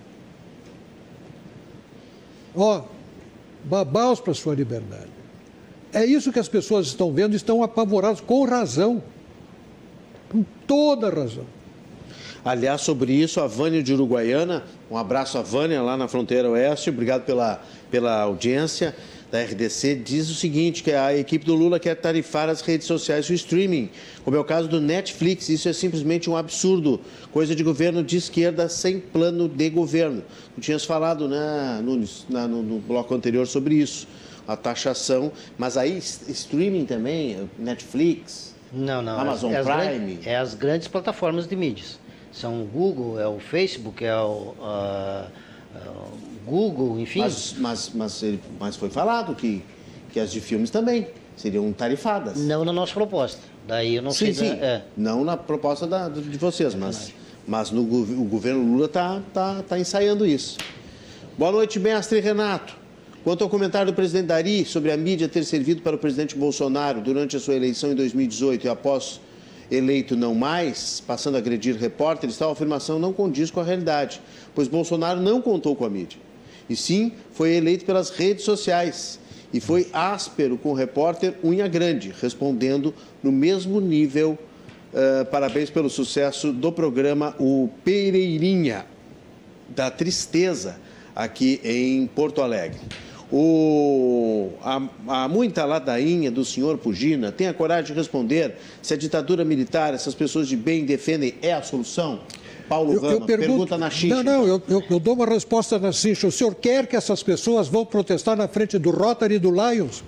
Ó, babaus para a sua liberdade. É isso que as pessoas estão vendo, estão apavoradas, com razão. Com toda razão. Aliás, sobre isso, a Vânia de Uruguaiana, um abraço à Vânia lá na fronteira oeste, obrigado pela, pela audiência da R D C, diz o seguinte, que a equipe do Lula quer tarifar as redes sociais e o streaming, como é o caso do Netflix. Isso é simplesmente um absurdo, coisa de governo de esquerda sem plano de governo. Tu tinhas falado, né, Nunes, na, no, no bloco anterior sobre isso, a taxação, mas aí streaming também, Netflix, não, não, Amazon é as, Prime... É as grandes plataformas de mídias, são o Google, é o Facebook, é o... Uh, uh, Google, enfim. Mas, mas, mas, ele, mas foi falado que, que as de filmes também seriam tarifadas. Não na nossa proposta. Daí eu não sim, sei. Sim, da, é. Não na proposta da, de vocês, mas, mas no, o governo Lula está tá, tá ensaiando isso. Boa noite, mestre Renato. Quanto ao comentário do presidente Dari sobre a mídia ter servido para o presidente Bolsonaro durante a sua eleição em dois mil e dezoito e após eleito não mais, passando a agredir repórteres, tal afirmação não condiz com a realidade, pois Bolsonaro não contou com a mídia. E sim, foi eleito pelas redes sociais e foi áspero com o repórter Unha Grande, respondendo no mesmo nível. Uh, parabéns pelo sucesso do programa O Pereirinha, da Tristeza, aqui em Porto Alegre. O, a, a muita ladainha do senhor Pugina tem a coragem de responder se a ditadura militar, essas pessoas de bem defendem, é a solução? Paulo Rama, eu, eu pergunto, pergunta na Xincha. Não, não, eu, eu, eu dou uma resposta na Xincha. O senhor quer que essas pessoas vão protestar na frente do Rotary e do Lions?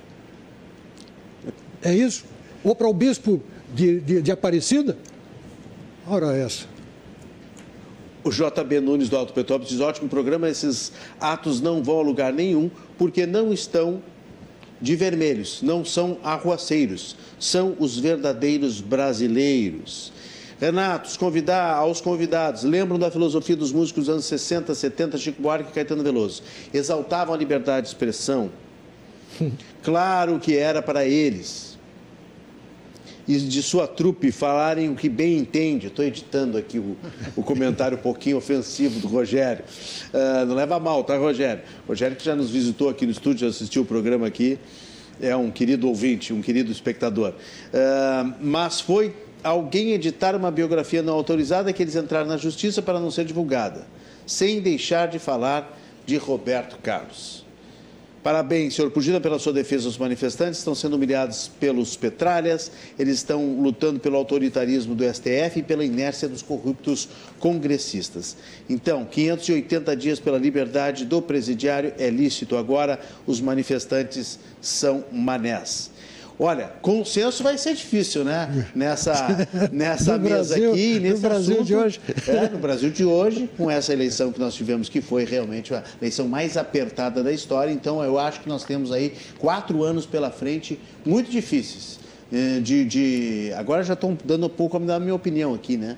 É isso? Ou para o bispo de, de, de Aparecida? Ora essa. O J B Nunes do Alto Petrópolis diz, ótimo programa, esses atos não vão a lugar nenhum, porque não estão de vermelhos, não são arruaceiros, são os verdadeiros brasileiros. Renato, os convidar, aos convidados, lembram da filosofia dos músicos dos anos sessenta, setenta, Chico Buarque e Caetano Veloso. Exaltavam a liberdade de expressão. Claro que era para eles. e de sua trupe falarem o que bem entende. Estou editando aqui o, o comentário um pouquinho ofensivo do Rogério. Uh, não leva a mal, tá, Rogério? Rogério que já nos visitou aqui no estúdio, já assistiu o programa aqui, é um querido ouvinte, um querido espectador. Uh, mas foi alguém editar uma biografia não autorizada que eles entraram na justiça para não ser divulgada, sem deixar de falar de Roberto Carlos. Parabéns, senhor Pugina, pela sua defesa. Os manifestantes estão sendo humilhados pelos petralhas, eles estão lutando pelo autoritarismo do S T F e pela inércia dos corruptos congressistas. Então, quinhentos e oitenta dias pela liberdade do presidiário é lícito. Agora, os manifestantes são manés. Olha, consenso vai ser difícil, né? Nessa, nessa mesa Brasil, aqui, nesse no Brasil assunto, de hoje. É, no Brasil de hoje, com essa eleição que nós tivemos, que foi realmente a eleição mais apertada da história. Então, eu acho que nós temos aí quatro anos pela frente muito difíceis. De, de, agora já estão dando um pouco a minha opinião aqui, né?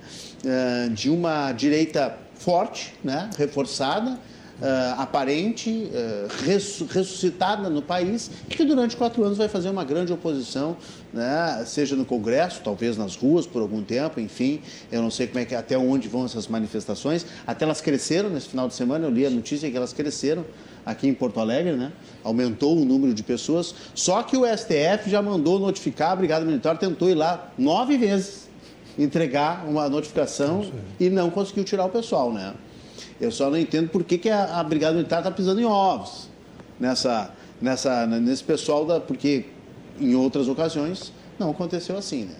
De uma direita forte, né? Reforçada, Uh, aparente, uh, ressuscitada no país, que durante quatro anos vai fazer uma grande oposição, né? Seja no Congresso, talvez nas ruas por algum tempo, enfim, eu não sei como é que, até onde vão essas manifestações, até elas cresceram nesse final de semana, eu li a notícia que elas cresceram aqui em Porto Alegre, né? Aumentou o número de pessoas, só que o S T F já mandou notificar, a Brigada Militar tentou ir lá nove vezes entregar uma notificação não e não conseguiu tirar o pessoal, né? Eu só não entendo por que, que a, a Brigada Militar está pisando em ovos nessa, nessa, nesse pessoal, da, porque em outras ocasiões não aconteceu assim, né?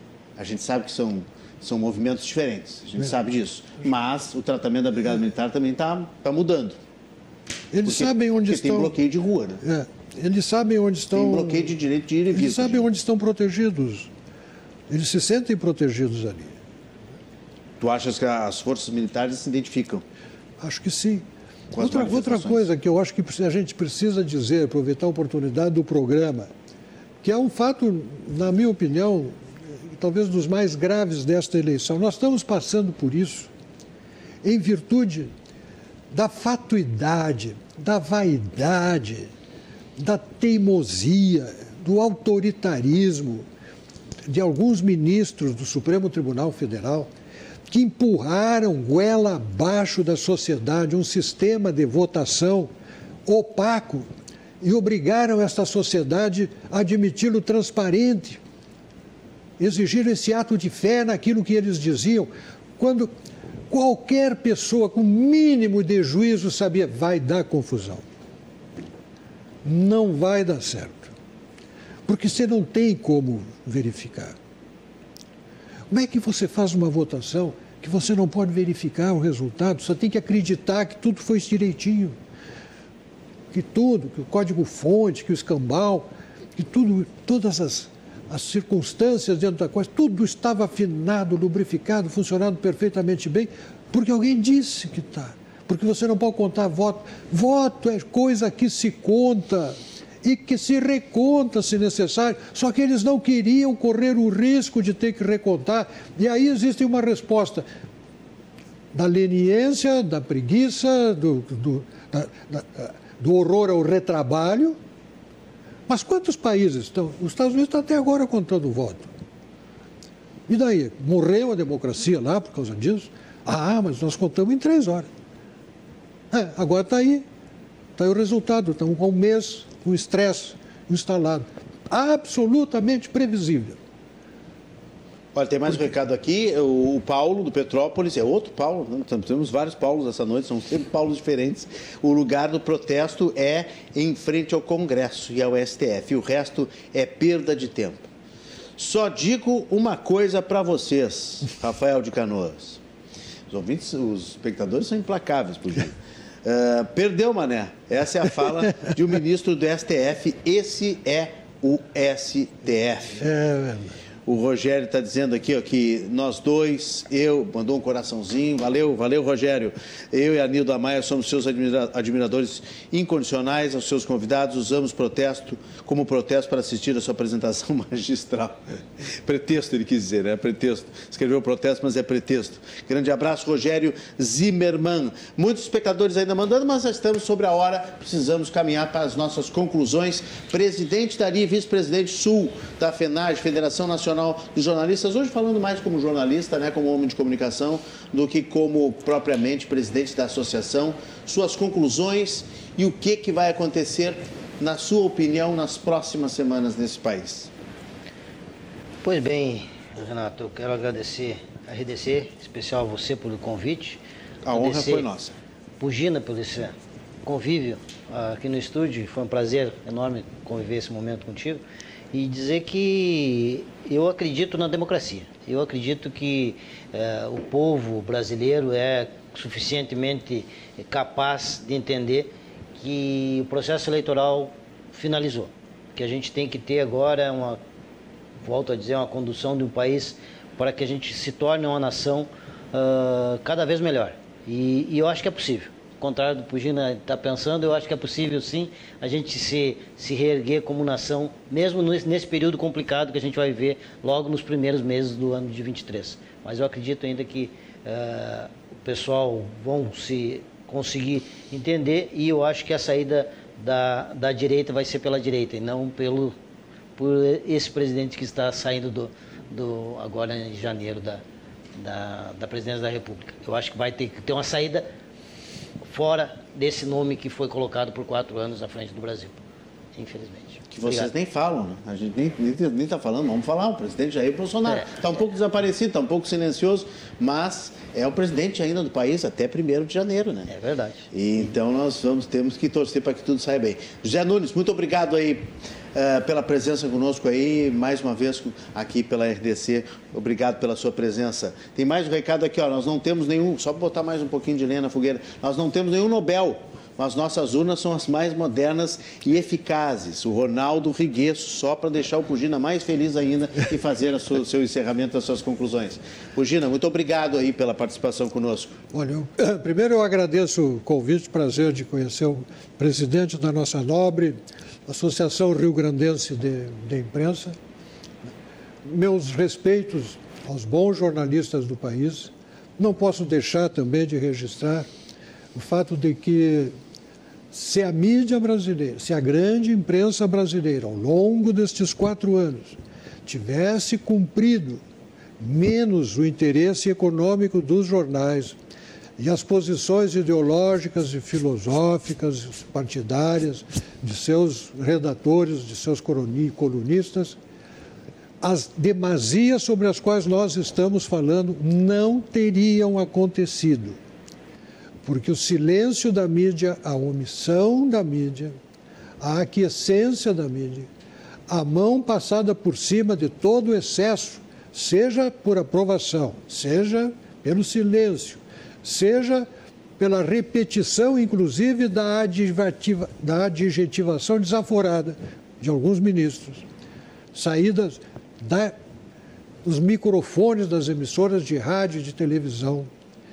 A gente sabe que são, são movimentos diferentes, a gente é. sabe disso. Mas o tratamento da Brigada Militar também está tá mudando. Eles porque, sabem onde porque estão... tem bloqueio de rua, né? É. Eles sabem onde estão... Tem bloqueio de direito de ir e vir. Eles sabem onde estão protegidos. Eles se sentem protegidos ali. Tu achas que as forças militares se identificam? Acho que sim. Outra, outra coisa que eu acho que a gente precisa dizer, aproveitar a oportunidade do programa, que é um fato, na minha opinião, talvez dos mais graves desta eleição. Nós estamos passando por isso em virtude da fatuidade, da vaidade, da teimosia, do autoritarismo de alguns ministros do Supremo Tribunal Federal, que empurraram goela abaixo da sociedade um sistema de votação opaco e obrigaram esta sociedade a admiti-lo transparente. Exigiram esse ato de fé naquilo que eles diziam, quando qualquer pessoa com mínimo de juízo sabia, vai dar confusão. Não vai dar certo. Porque você não tem como verificar. Como é que você faz uma votação que você não pode verificar o resultado? Você tem que acreditar que tudo foi direitinho, que tudo, que o código-fonte, que o escambau, que tudo, todas as, as circunstâncias dentro da coisa, tudo estava afinado, lubrificado, funcionando perfeitamente bem, porque alguém disse que está. Porque você não pode contar voto. Voto é coisa que se conta e que se reconta se necessário, só que eles não queriam correr o risco de ter que recontar, e aí existe uma resposta da leniência, da preguiça, do, do, da, da, do horror ao retrabalho. Mas quantos países estão? Os Estados Unidos estão até agora contando o voto. E daí? Morreu a democracia lá por causa disso? Ah, mas nós contamos em três horas. É, agora está aí, está aí o resultado, estamos com um mês, um estresse instalado, absolutamente previsível. Olha, tem mais um recado aqui, o Paulo do Petrópolis, é outro Paulo, né? Temos vários Paulos essa noite, são sempre Paulos diferentes. O lugar do protesto é em frente ao Congresso e ao S T F, e o resto é perda de tempo. Só digo uma coisa para vocês, Rafael de Canoas. Os ouvintes, os espectadores são implacáveis, por dia. Uh, perdeu, mané. Essa é a fala de um ministro do S T F. Esse é o S T F. É. O Rogério está dizendo aqui ó, que nós dois, eu, mandou um coraçãozinho, valeu, valeu, Rogério. Eu e a Nilda Maia somos seus admira admiradores incondicionais, aos seus convidados, usamos protesto como protesto para assistir a sua apresentação magistral. Pretexto, ele quis dizer, né? Pretexto. Escreveu protesto, mas é pretexto. Grande abraço, Rogério Zimmermann. Muitos espectadores ainda mandando, mas já estamos sobre a hora, precisamos caminhar para as nossas conclusões. Presidente Dari, vice-presidente Sul da FENAGE, Federação Nacional Nacional dos Jornalistas, hoje falando mais como jornalista, né, como homem de comunicação, do que como propriamente presidente da associação, suas conclusões e o que, que vai acontecer, na sua opinião, nas próximas semanas nesse país. Pois bem, Renato, eu quero agradecer a R D C, em especial a você pelo convite. A honra foi nossa. Por Gina, por esse convívio aqui no estúdio. Foi um prazer enorme conviver esse momento contigo. E dizer que eu acredito na democracia. Eu acredito que eh, o povo brasileiro é suficientemente capaz de entender que o processo eleitoral finalizou. Que a gente tem que ter agora uma, volto a dizer, uma condução de um país para que a gente se torne uma nação uh, cada vez melhor. E, e eu acho que é possível. Ao contrário do que o Gina está pensando, eu acho que é possível sim a gente se, se reerguer como nação, mesmo nesse, nesse período complicado que a gente vai ver logo nos primeiros meses do ano de vinte e três. Mas eu acredito ainda que uh, o pessoal vão se conseguir entender, e eu acho que a saída da, da direita vai ser pela direita e não pelo, por esse presidente que está saindo do, do, agora em janeiro da, da, da presidência da República. Eu acho que vai ter que ter uma saída fora desse nome que foi colocado por quatro anos à frente do Brasil, infelizmente. Que vocês Obrigado. nem falam, né? A gente nem está falando, vamos falar, o presidente Jair Bolsonaro. Está é, um pouco desaparecido, está um pouco silencioso, mas é o presidente ainda do país até primeiro de janeiro, né? É verdade. E, então nós vamos, temos que torcer para que tudo saia bem. José Nunes, muito obrigado aí uh, pela presença conosco aí, mais uma vez aqui pela R D C, obrigado pela sua presença. Tem mais um recado aqui, ó, nós não temos nenhum, só para botar mais um pouquinho de lenha na fogueira, nós não temos nenhum Nobel, mas nossas urnas são as mais modernas e eficazes. O Ronaldo Riguesso, só para deixar o Pugina mais feliz ainda e fazer o seu, seu encerramento, as suas conclusões. Pugina, muito obrigado aí pela participação conosco. Olha, eu, primeiro eu agradeço o convite, prazer de conhecer o presidente da nossa nobre Associação Rio Grandense de, de Imprensa. Meus respeitos aos bons jornalistas do país. Não posso deixar também de registrar o fato de que se a mídia brasileira, se a grande imprensa brasileira, ao longo destes quatro anos, tivesse cumprido menos o interesse econômico dos jornais e as posições ideológicas e filosóficas, partidárias de seus redatores, de seus colunistas, as demasias sobre as quais nós estamos falando não teriam acontecido. Porque o silêncio da mídia, a omissão da mídia, a aquiescência da mídia, a mão passada por cima de todo o excesso, seja por aprovação, seja pelo silêncio, seja pela repetição, inclusive, da, adjetiva, da adjetivação desaforada de alguns ministros, saídas da, dos microfones das emissoras de rádio e de televisão.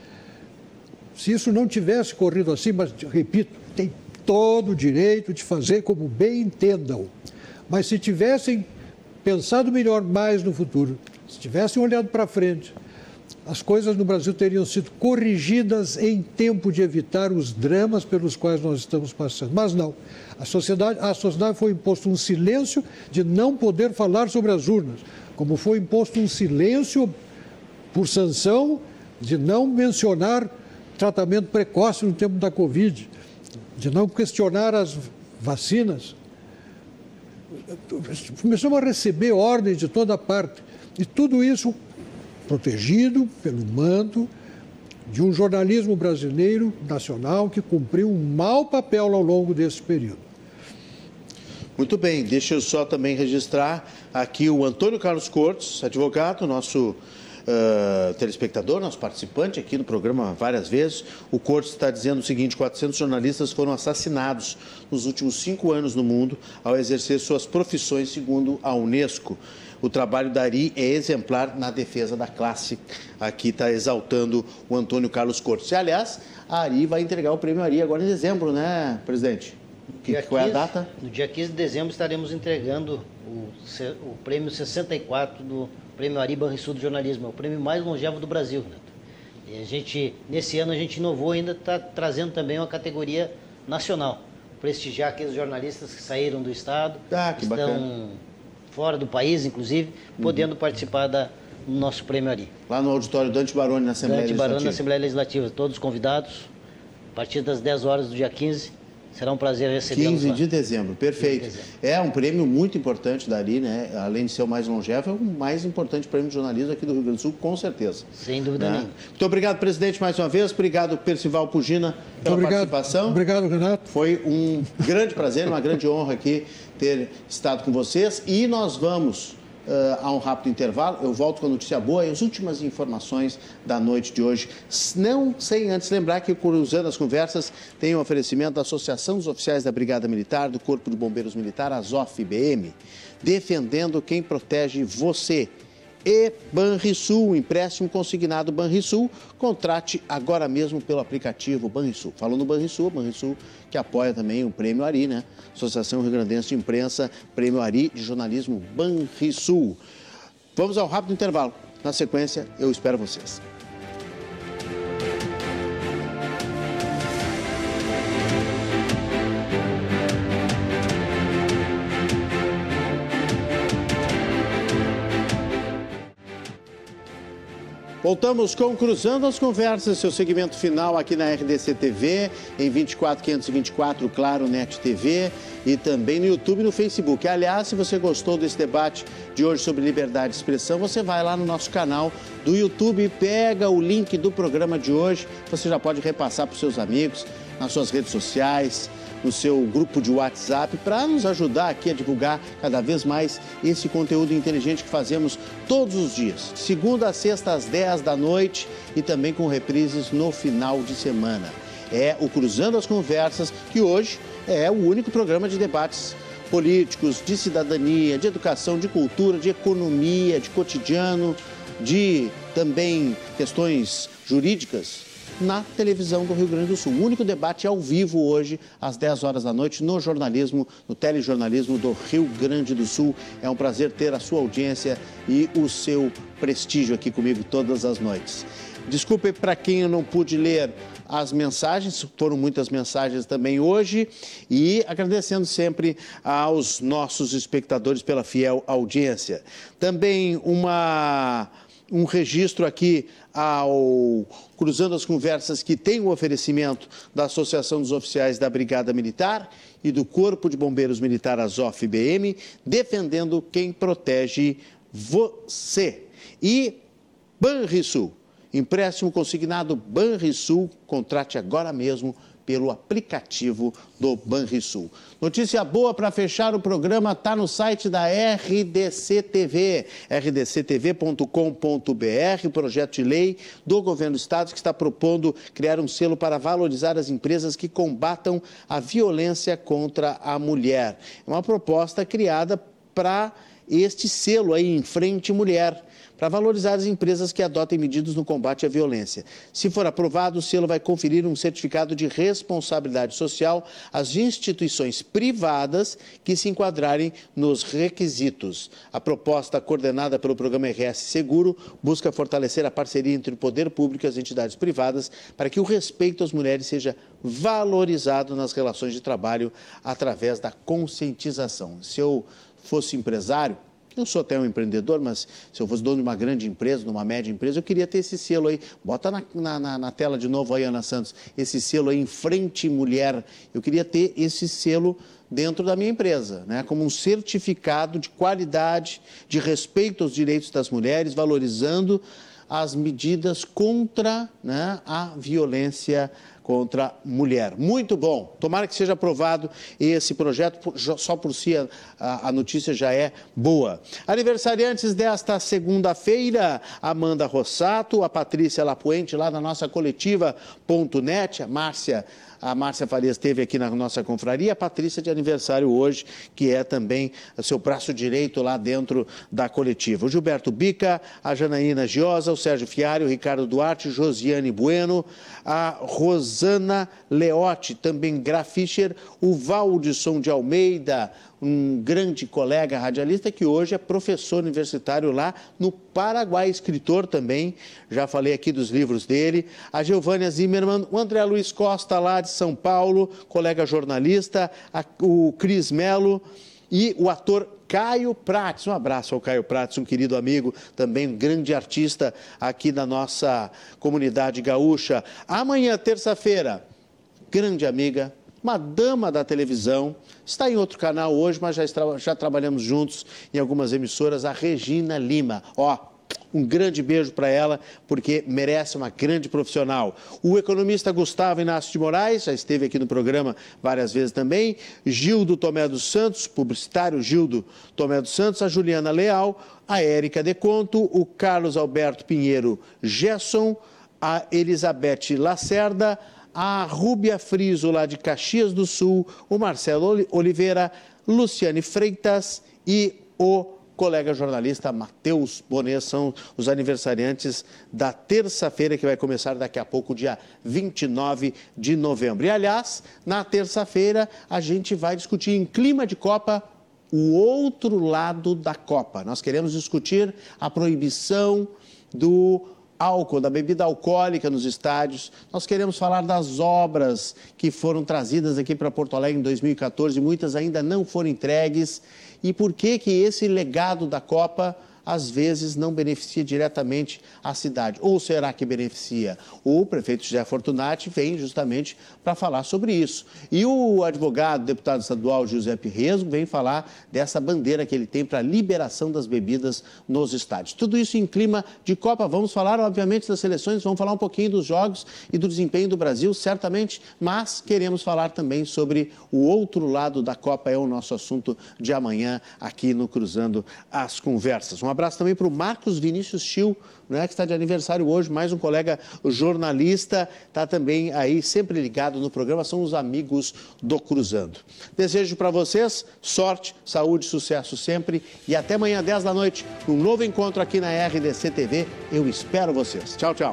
Se isso não tivesse corrido assim, mas, repito, tem todo o direito de fazer como bem entendam. Mas se tivessem pensado melhor mais no futuro, se tivessem olhado para frente, as coisas no Brasil teriam sido corrigidas em tempo de evitar os dramas pelos quais nós estamos passando. Mas não. A sociedade, a sociedade foi imposto um silêncio de não poder falar sobre as urnas, como foi imposto um silêncio por sanção de não mencionar tratamento precoce no tempo da Covid, de não questionar as vacinas. Começamos a receber ordens de toda parte. E tudo isso protegido pelo manto de um jornalismo brasileiro nacional que cumpriu um mau papel ao longo desse período. Muito bem, deixa eu só também registrar aqui o Antônio Carlos Cortes, advogado, nosso Uh, telespectador, nosso participante aqui no programa várias vezes. O Cortes está dizendo o seguinte: quatrocentos jornalistas foram assassinados nos últimos cinco anos no mundo ao exercer suas profissões, segundo a Unesco. O trabalho da Ari é exemplar na defesa da classe. Aqui está exaltando o Antônio Carlos Cortes. E, aliás, a Ari vai entregar o prêmio Ari agora em dezembro, né, presidente? Que, qual é a data? No dia quinze de dezembro estaremos entregando o, o prêmio sessenta e quatro do Prêmio Ari Banrisul do Jornalismo. É o prêmio mais longevo do Brasil, Renato. E a gente, nesse ano a gente inovou, ainda está trazendo também uma categoria nacional, prestigiar aqueles jornalistas que saíram do Estado, ah, que estão bacana. fora do país, inclusive, podendo uhum. participar da, do nosso Prêmio Ari. Lá no auditório Dante Baroni, na Assembleia Dante Legislativa. Baroni, na Assembleia Legislativa. Todos convidados, a partir das dez horas do dia quinze. Será um prazer recebê-los quinze lá. de dezembro, perfeito. De dezembro. É um prêmio muito importante da Ari, né? Além de ser o mais longevo, é o mais importante prêmio de jornalismo aqui do Rio Grande do Sul, com certeza. Sem dúvida né? nenhuma. Muito obrigado, presidente, mais uma vez. Obrigado, Percival Pugina, pela obrigado. participação. Obrigado, Renato. Foi um grande prazer, uma grande honra aqui ter estado com vocês. E nós vamos uh, a um rápido intervalo. Eu volto com a notícia boa e as últimas informações da noite de hoje. Não sem antes lembrar que o Cruzando as Conversas tem um oferecimento da Associação dos Oficiais da Brigada Militar, do Corpo de Bombeiros Militar, a ZOF-B M, defendendo quem protege você. E Banrisul, empréstimo consignado Banrisul, contrate agora mesmo pelo aplicativo Banrisul. Falou no Banrisul, Banrisul que apoia também o Prêmio Ari, né? Associação Rio Grandense de Imprensa, Prêmio Ari de Jornalismo Banrisul. Vamos ao rápido intervalo. Na sequência, eu espero vocês. Voltamos com Cruzando as Conversas, seu segmento final aqui na R D C T V, em vinte e quatro quinhentos e vinte e quatro, Claro Net T V e também no YouTube e no Facebook. Aliás, se você gostou desse debate de hoje sobre liberdade de expressão, você vai lá no nosso canal do YouTube, pega o link do programa de hoje, você já pode repassar para os seus amigos, nas suas redes sociais, no seu grupo de WhatsApp, para nos ajudar aqui a divulgar cada vez mais esse conteúdo inteligente que fazemos todos os dias. Segunda a sexta às dez da noite e também com reprises no final de semana. É o Cruzando as Conversas, que hoje é o único programa de debates políticos, de cidadania, de educação, de cultura, de economia, de cotidiano, de também questões jurídicas, na televisão do Rio Grande do Sul. O único debate ao vivo hoje, às dez horas da noite, no jornalismo, no telejornalismo do Rio Grande do Sul. É um prazer ter a sua audiência e o seu prestígio aqui comigo todas as noites. Desculpe para quem eu não pude ler as mensagens, foram muitas mensagens também hoje, e agradecendo sempre aos nossos espectadores pela fiel audiência. Também uma... um registro aqui ao Cruzando as Conversas, que tem o oferecimento da Associação dos Oficiais da Brigada Militar e do Corpo de Bombeiros Militar, a ZOF-B M, defendendo quem protege você. E Banrisul, empréstimo consignado Banrisul, contrate agora mesmo pelo aplicativo do Banrisul. Notícia boa para fechar o programa está no site da R D C T V, r d c t v ponto com ponto b r, projeto de lei do Governo do Estado que está propondo criar um selo para valorizar as empresas que combatam a violência contra a mulher. É uma proposta criada para este selo aí, Em Frente Mulher, para valorizar as empresas que adotem medidas no combate à violência. Se for aprovado, o selo vai conferir um certificado de responsabilidade social às instituições privadas que se enquadrarem nos requisitos. A proposta, coordenada pelo programa R S Seguro, busca fortalecer a parceria entre o poder público e as entidades privadas para que o respeito às mulheres seja valorizado nas relações de trabalho através da conscientização. Se eu fosse empresário, eu sou até um empreendedor, mas se eu fosse dono de uma grande empresa, de uma média empresa, eu queria ter esse selo aí. Bota na, na, na tela de novo aí, Ana Santos, esse selo aí, Em Frente Mulher. Eu queria ter esse selo dentro da minha empresa, né? Como um certificado de qualidade, de respeito aos direitos das mulheres, valorizando as medidas contra, né, a violência contra a mulher. Muito bom. Tomara que seja aprovado esse projeto, só por si a, a notícia já é boa. Aniversariantes desta segunda-feira, Amanda Rossato, a Patrícia Lapuente, lá na nossa coletiva ponto net, a Márcia A Márcia Farias esteve aqui na nossa confraria, a Patrícia de aniversário hoje, que é também seu braço direito lá dentro da coletiva. O Gilberto Bica, a Janaína Giosa, o Sérgio Fiari, o Ricardo Duarte, Josiane Bueno, a Rosana Leotti, também Gra Fischer, o Valdisson de Almeida, um grande colega radialista que hoje é professor universitário lá no Paraguai, escritor também, já falei aqui dos livros dele, a Giovânia Zimmermann, o André Luiz Costa lá de São Paulo, colega jornalista, a, o Cris Melo, e o ator Caio Prates. Um abraço ao Caio Prates, um querido amigo, também um grande artista aqui da nossa comunidade gaúcha. Amanhã, terça-feira, grande amiga, uma dama da televisão, está em outro canal hoje, mas já, já trabalhamos juntos em algumas emissoras, a Regina Lima. Ó, um grande beijo para ela, porque merece uma grande profissional. O economista Gustavo Inácio de Moraes, já esteve aqui no programa várias vezes também. Gildo Tomé dos Santos, publicitário Gildo Tomé dos Santos. A Juliana Leal, a Érica Deconto, o Carlos Alberto Pinheiro Gerson, a Elizabeth Lacerda, a Rúbia Friso, lá de Caxias do Sul, o Marcelo Oliveira, Luciane Freitas e o colega jornalista Matheus Bonet. São os aniversariantes da terça-feira, que vai começar daqui a pouco, dia vinte e nove de novembro. E, aliás, na terça-feira a gente vai discutir em clima de Copa o outro lado da Copa. Nós queremos discutir a proibição do álcool, da bebida alcoólica nos estádios. Nós queremos falar das obras que foram trazidas aqui para Porto Alegre em dois mil e quatorze, muitas ainda não foram entregues. E por que que esse legado da Copa às vezes não beneficia diretamente a cidade? Ou será que beneficia? O prefeito José Fortunati vem justamente para falar sobre isso. E o advogado, deputado estadual Giuseppe Resgo, vem falar dessa bandeira que ele tem para a liberação das bebidas nos estádios. Tudo isso em clima de Copa. Vamos falar, obviamente, das seleções, vamos falar um pouquinho dos jogos e do desempenho do Brasil, certamente, mas queremos falar também sobre o outro lado da Copa, é o nosso assunto de amanhã aqui no Cruzando as Conversas. Um abraço também para o Marcos Vinícius Schill, né, que está de aniversário hoje, mais um colega jornalista, está também aí sempre ligado no programa, são os amigos do Cruzando. Desejo para vocês sorte, saúde, sucesso sempre e até amanhã, dez da noite, um novo encontro aqui na R D C T V. Eu espero vocês. Tchau, tchau.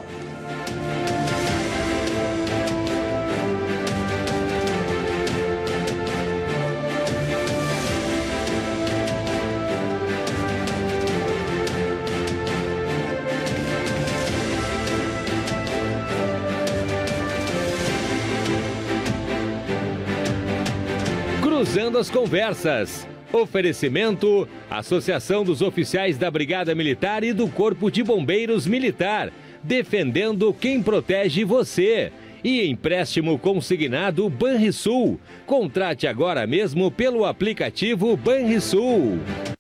Cruzando as Conversas. Oferecimento: Associação dos Oficiais da Brigada Militar e do Corpo de Bombeiros Militar, defendendo quem protege você. E empréstimo consignado Banrisul. Contrate agora mesmo pelo aplicativo Banrisul.